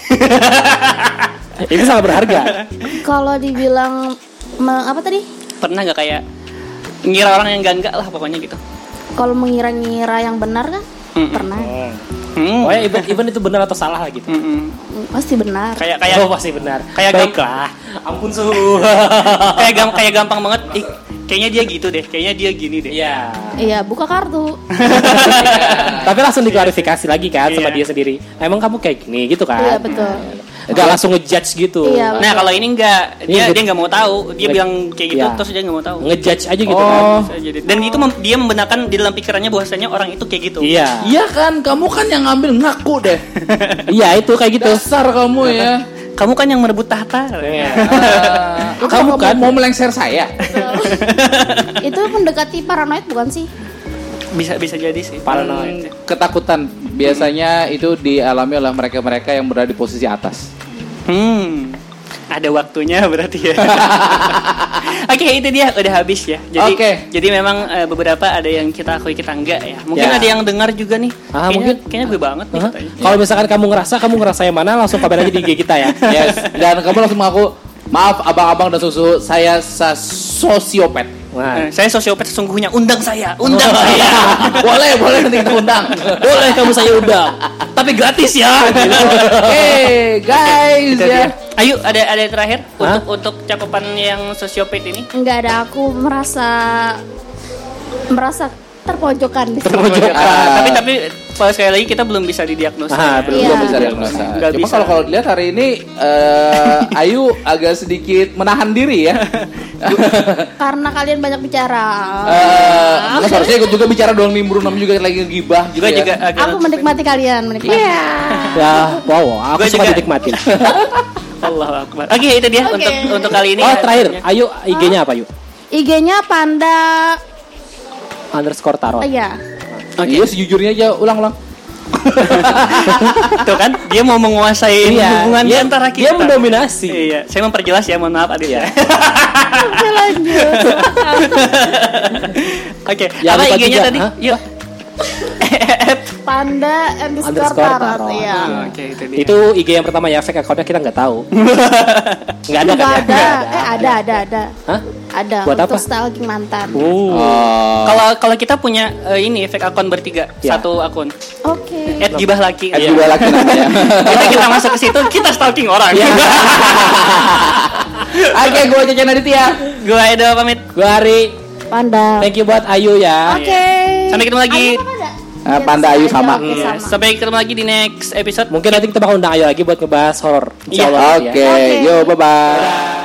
itu sangat berharga. Kalau dibilang me- apa tadi? Pernah nggak kayak ngira orang yang enggak lah pokoknya gitu? Kalau mengira-ngira yang benar kan? Mm-mm. Pernah. Hmm. Oh ya, even, even itu benar atau salah lah gitu. Mm-mm. Pasti benar. Kayak kayak Oh pasti benar. Kayak Baiklah, ampun suhu. kayak gam- kayak gampang banget. Ih, kayaknya dia gitu deh. Kayaknya dia gini deh. Iya. Iya, buka kartu. Tapi langsung diklarifikasi lagi kan sama Iya. dia sendiri. Emang kamu kayak gini gitu kan? Iya, betul. Enggak langsung ngejudge gitu. Iya. Nah kalau ini enggak, dia Iya, dia nggak mau tahu. Dia Iya. bilang kayak gitu Iya. terus dia nggak mau tahu. Ngejudge aja gitu Oh. kan. Jadi dan itu mem- dia membenarkan di dalam pikirannya bahwasanya orang itu kayak gitu. Iya. Iya kan, kamu kan yang ngambil ngaku deh. Iya, itu kayak gitu. Dasar kamu ya. Kamu kan yang merebut tahta. Iya. Ah, kamu kan mau melengser saya. Itu mendekati paranoid bukan sih? Bisa bisa jadi sih. Paranoid. Ketakutan biasanya itu dialami oleh mereka-mereka yang berada di posisi atas. Hmm. Ada waktunya berarti ya. Oke, itu dia udah habis ya. Jadi Oke. jadi memang eh, beberapa ada yang kita akui kita enggak ya. Mungkin Ya. ada yang dengar juga nih. Ah, kayaknya, mungkin. kayaknya gue banget nih Hah? katanya. Kalau misalkan kamu ngerasa, kamu ngerasa yang mana, langsung kabar aja di I G kita ya. Yes. Dan kamu langsung mengaku, maaf abang-abang dan susu, saya sa- sosiopat. Nah, Eh, saya sosiopat sesungguhnya, undang saya, undang saya. boleh, boleh nanti kita undang. boleh kamu saya undang, tapi gratis ya. Hey guys Itu ya. dia. Ayo ada ada yang terakhir Hah? untuk untuk cakupan yang sosiopat ini. Enggak ada, aku merasa merasa terpojokan di sini. Terpojokan. Ah, tapi tapi kalau sekali lagi kita belum bisa didiagnosa. Ah, ya. belum. Iya. Belum bisa diagnosa. Nggak Cuma bisa. kalau kalau dilihat hari ini eh, Ayu agak sedikit menahan diri ya. Karena kalian banyak bicara. Eh, nah, seharusnya ikut juga bicara doang nih, Bro, namanya juga lagi ngegibah gitu Juga ya. juga agak Aku menikmati kalian, menikmati. Ya, wow, aku Gua suka juga. dinikmatin. Allahu Akbar. Oke, itu dia Oke. untuk untuk kali ini. Oh, terakhir, ayo I G-nya apa, yuk? I G-nya Panda. Underscore tarot. Iya. Oke. Iya sejujurnya aja, ulang-ulang. Tuh kan, dia mau menguasai Iya, hubungan di dia- antara kita. dia mendominasi. Iya, saya memperjelas ya, mohon maaf Adit ya. Oke, lanjut. Oke, Jangan apa lupa I G-nya juga, tadi? hah? Yuk. Panda underscore Underscore tarot. tarot. Iya. Oke, itu dia. Itu I G yang pertama ya, fake account-nya kita nggak tahu. Nggak ada kan Enggak ya? ada. Eh, ada, ada, ada. Hah? Ada. Buat untuk apa? stalking mantan. Uh. Oh. Kalau kalau kita punya eh, ini fake akun bertiga, Ya. satu akun. Oke. at gibah laki. Eh, juga laki namanya. kita kita masuk ke situ, kita stalking orang. Oke, gue Cece Aditya. Gua Edo pamit. Gue Hari, Panda. thank you buat Ayu ya. Oke. Sampai ketemu lagi. Ayu apa ada? Ah, Yes, Panda Ayu ada. sama. Oke, Iya, sama. sampai ketemu lagi di next episode. Mungkin nanti kita bakal undang Ayu lagi buat ngebahas horor. Iya. Insyaallah Oke, ya. Oke. yo bye bye.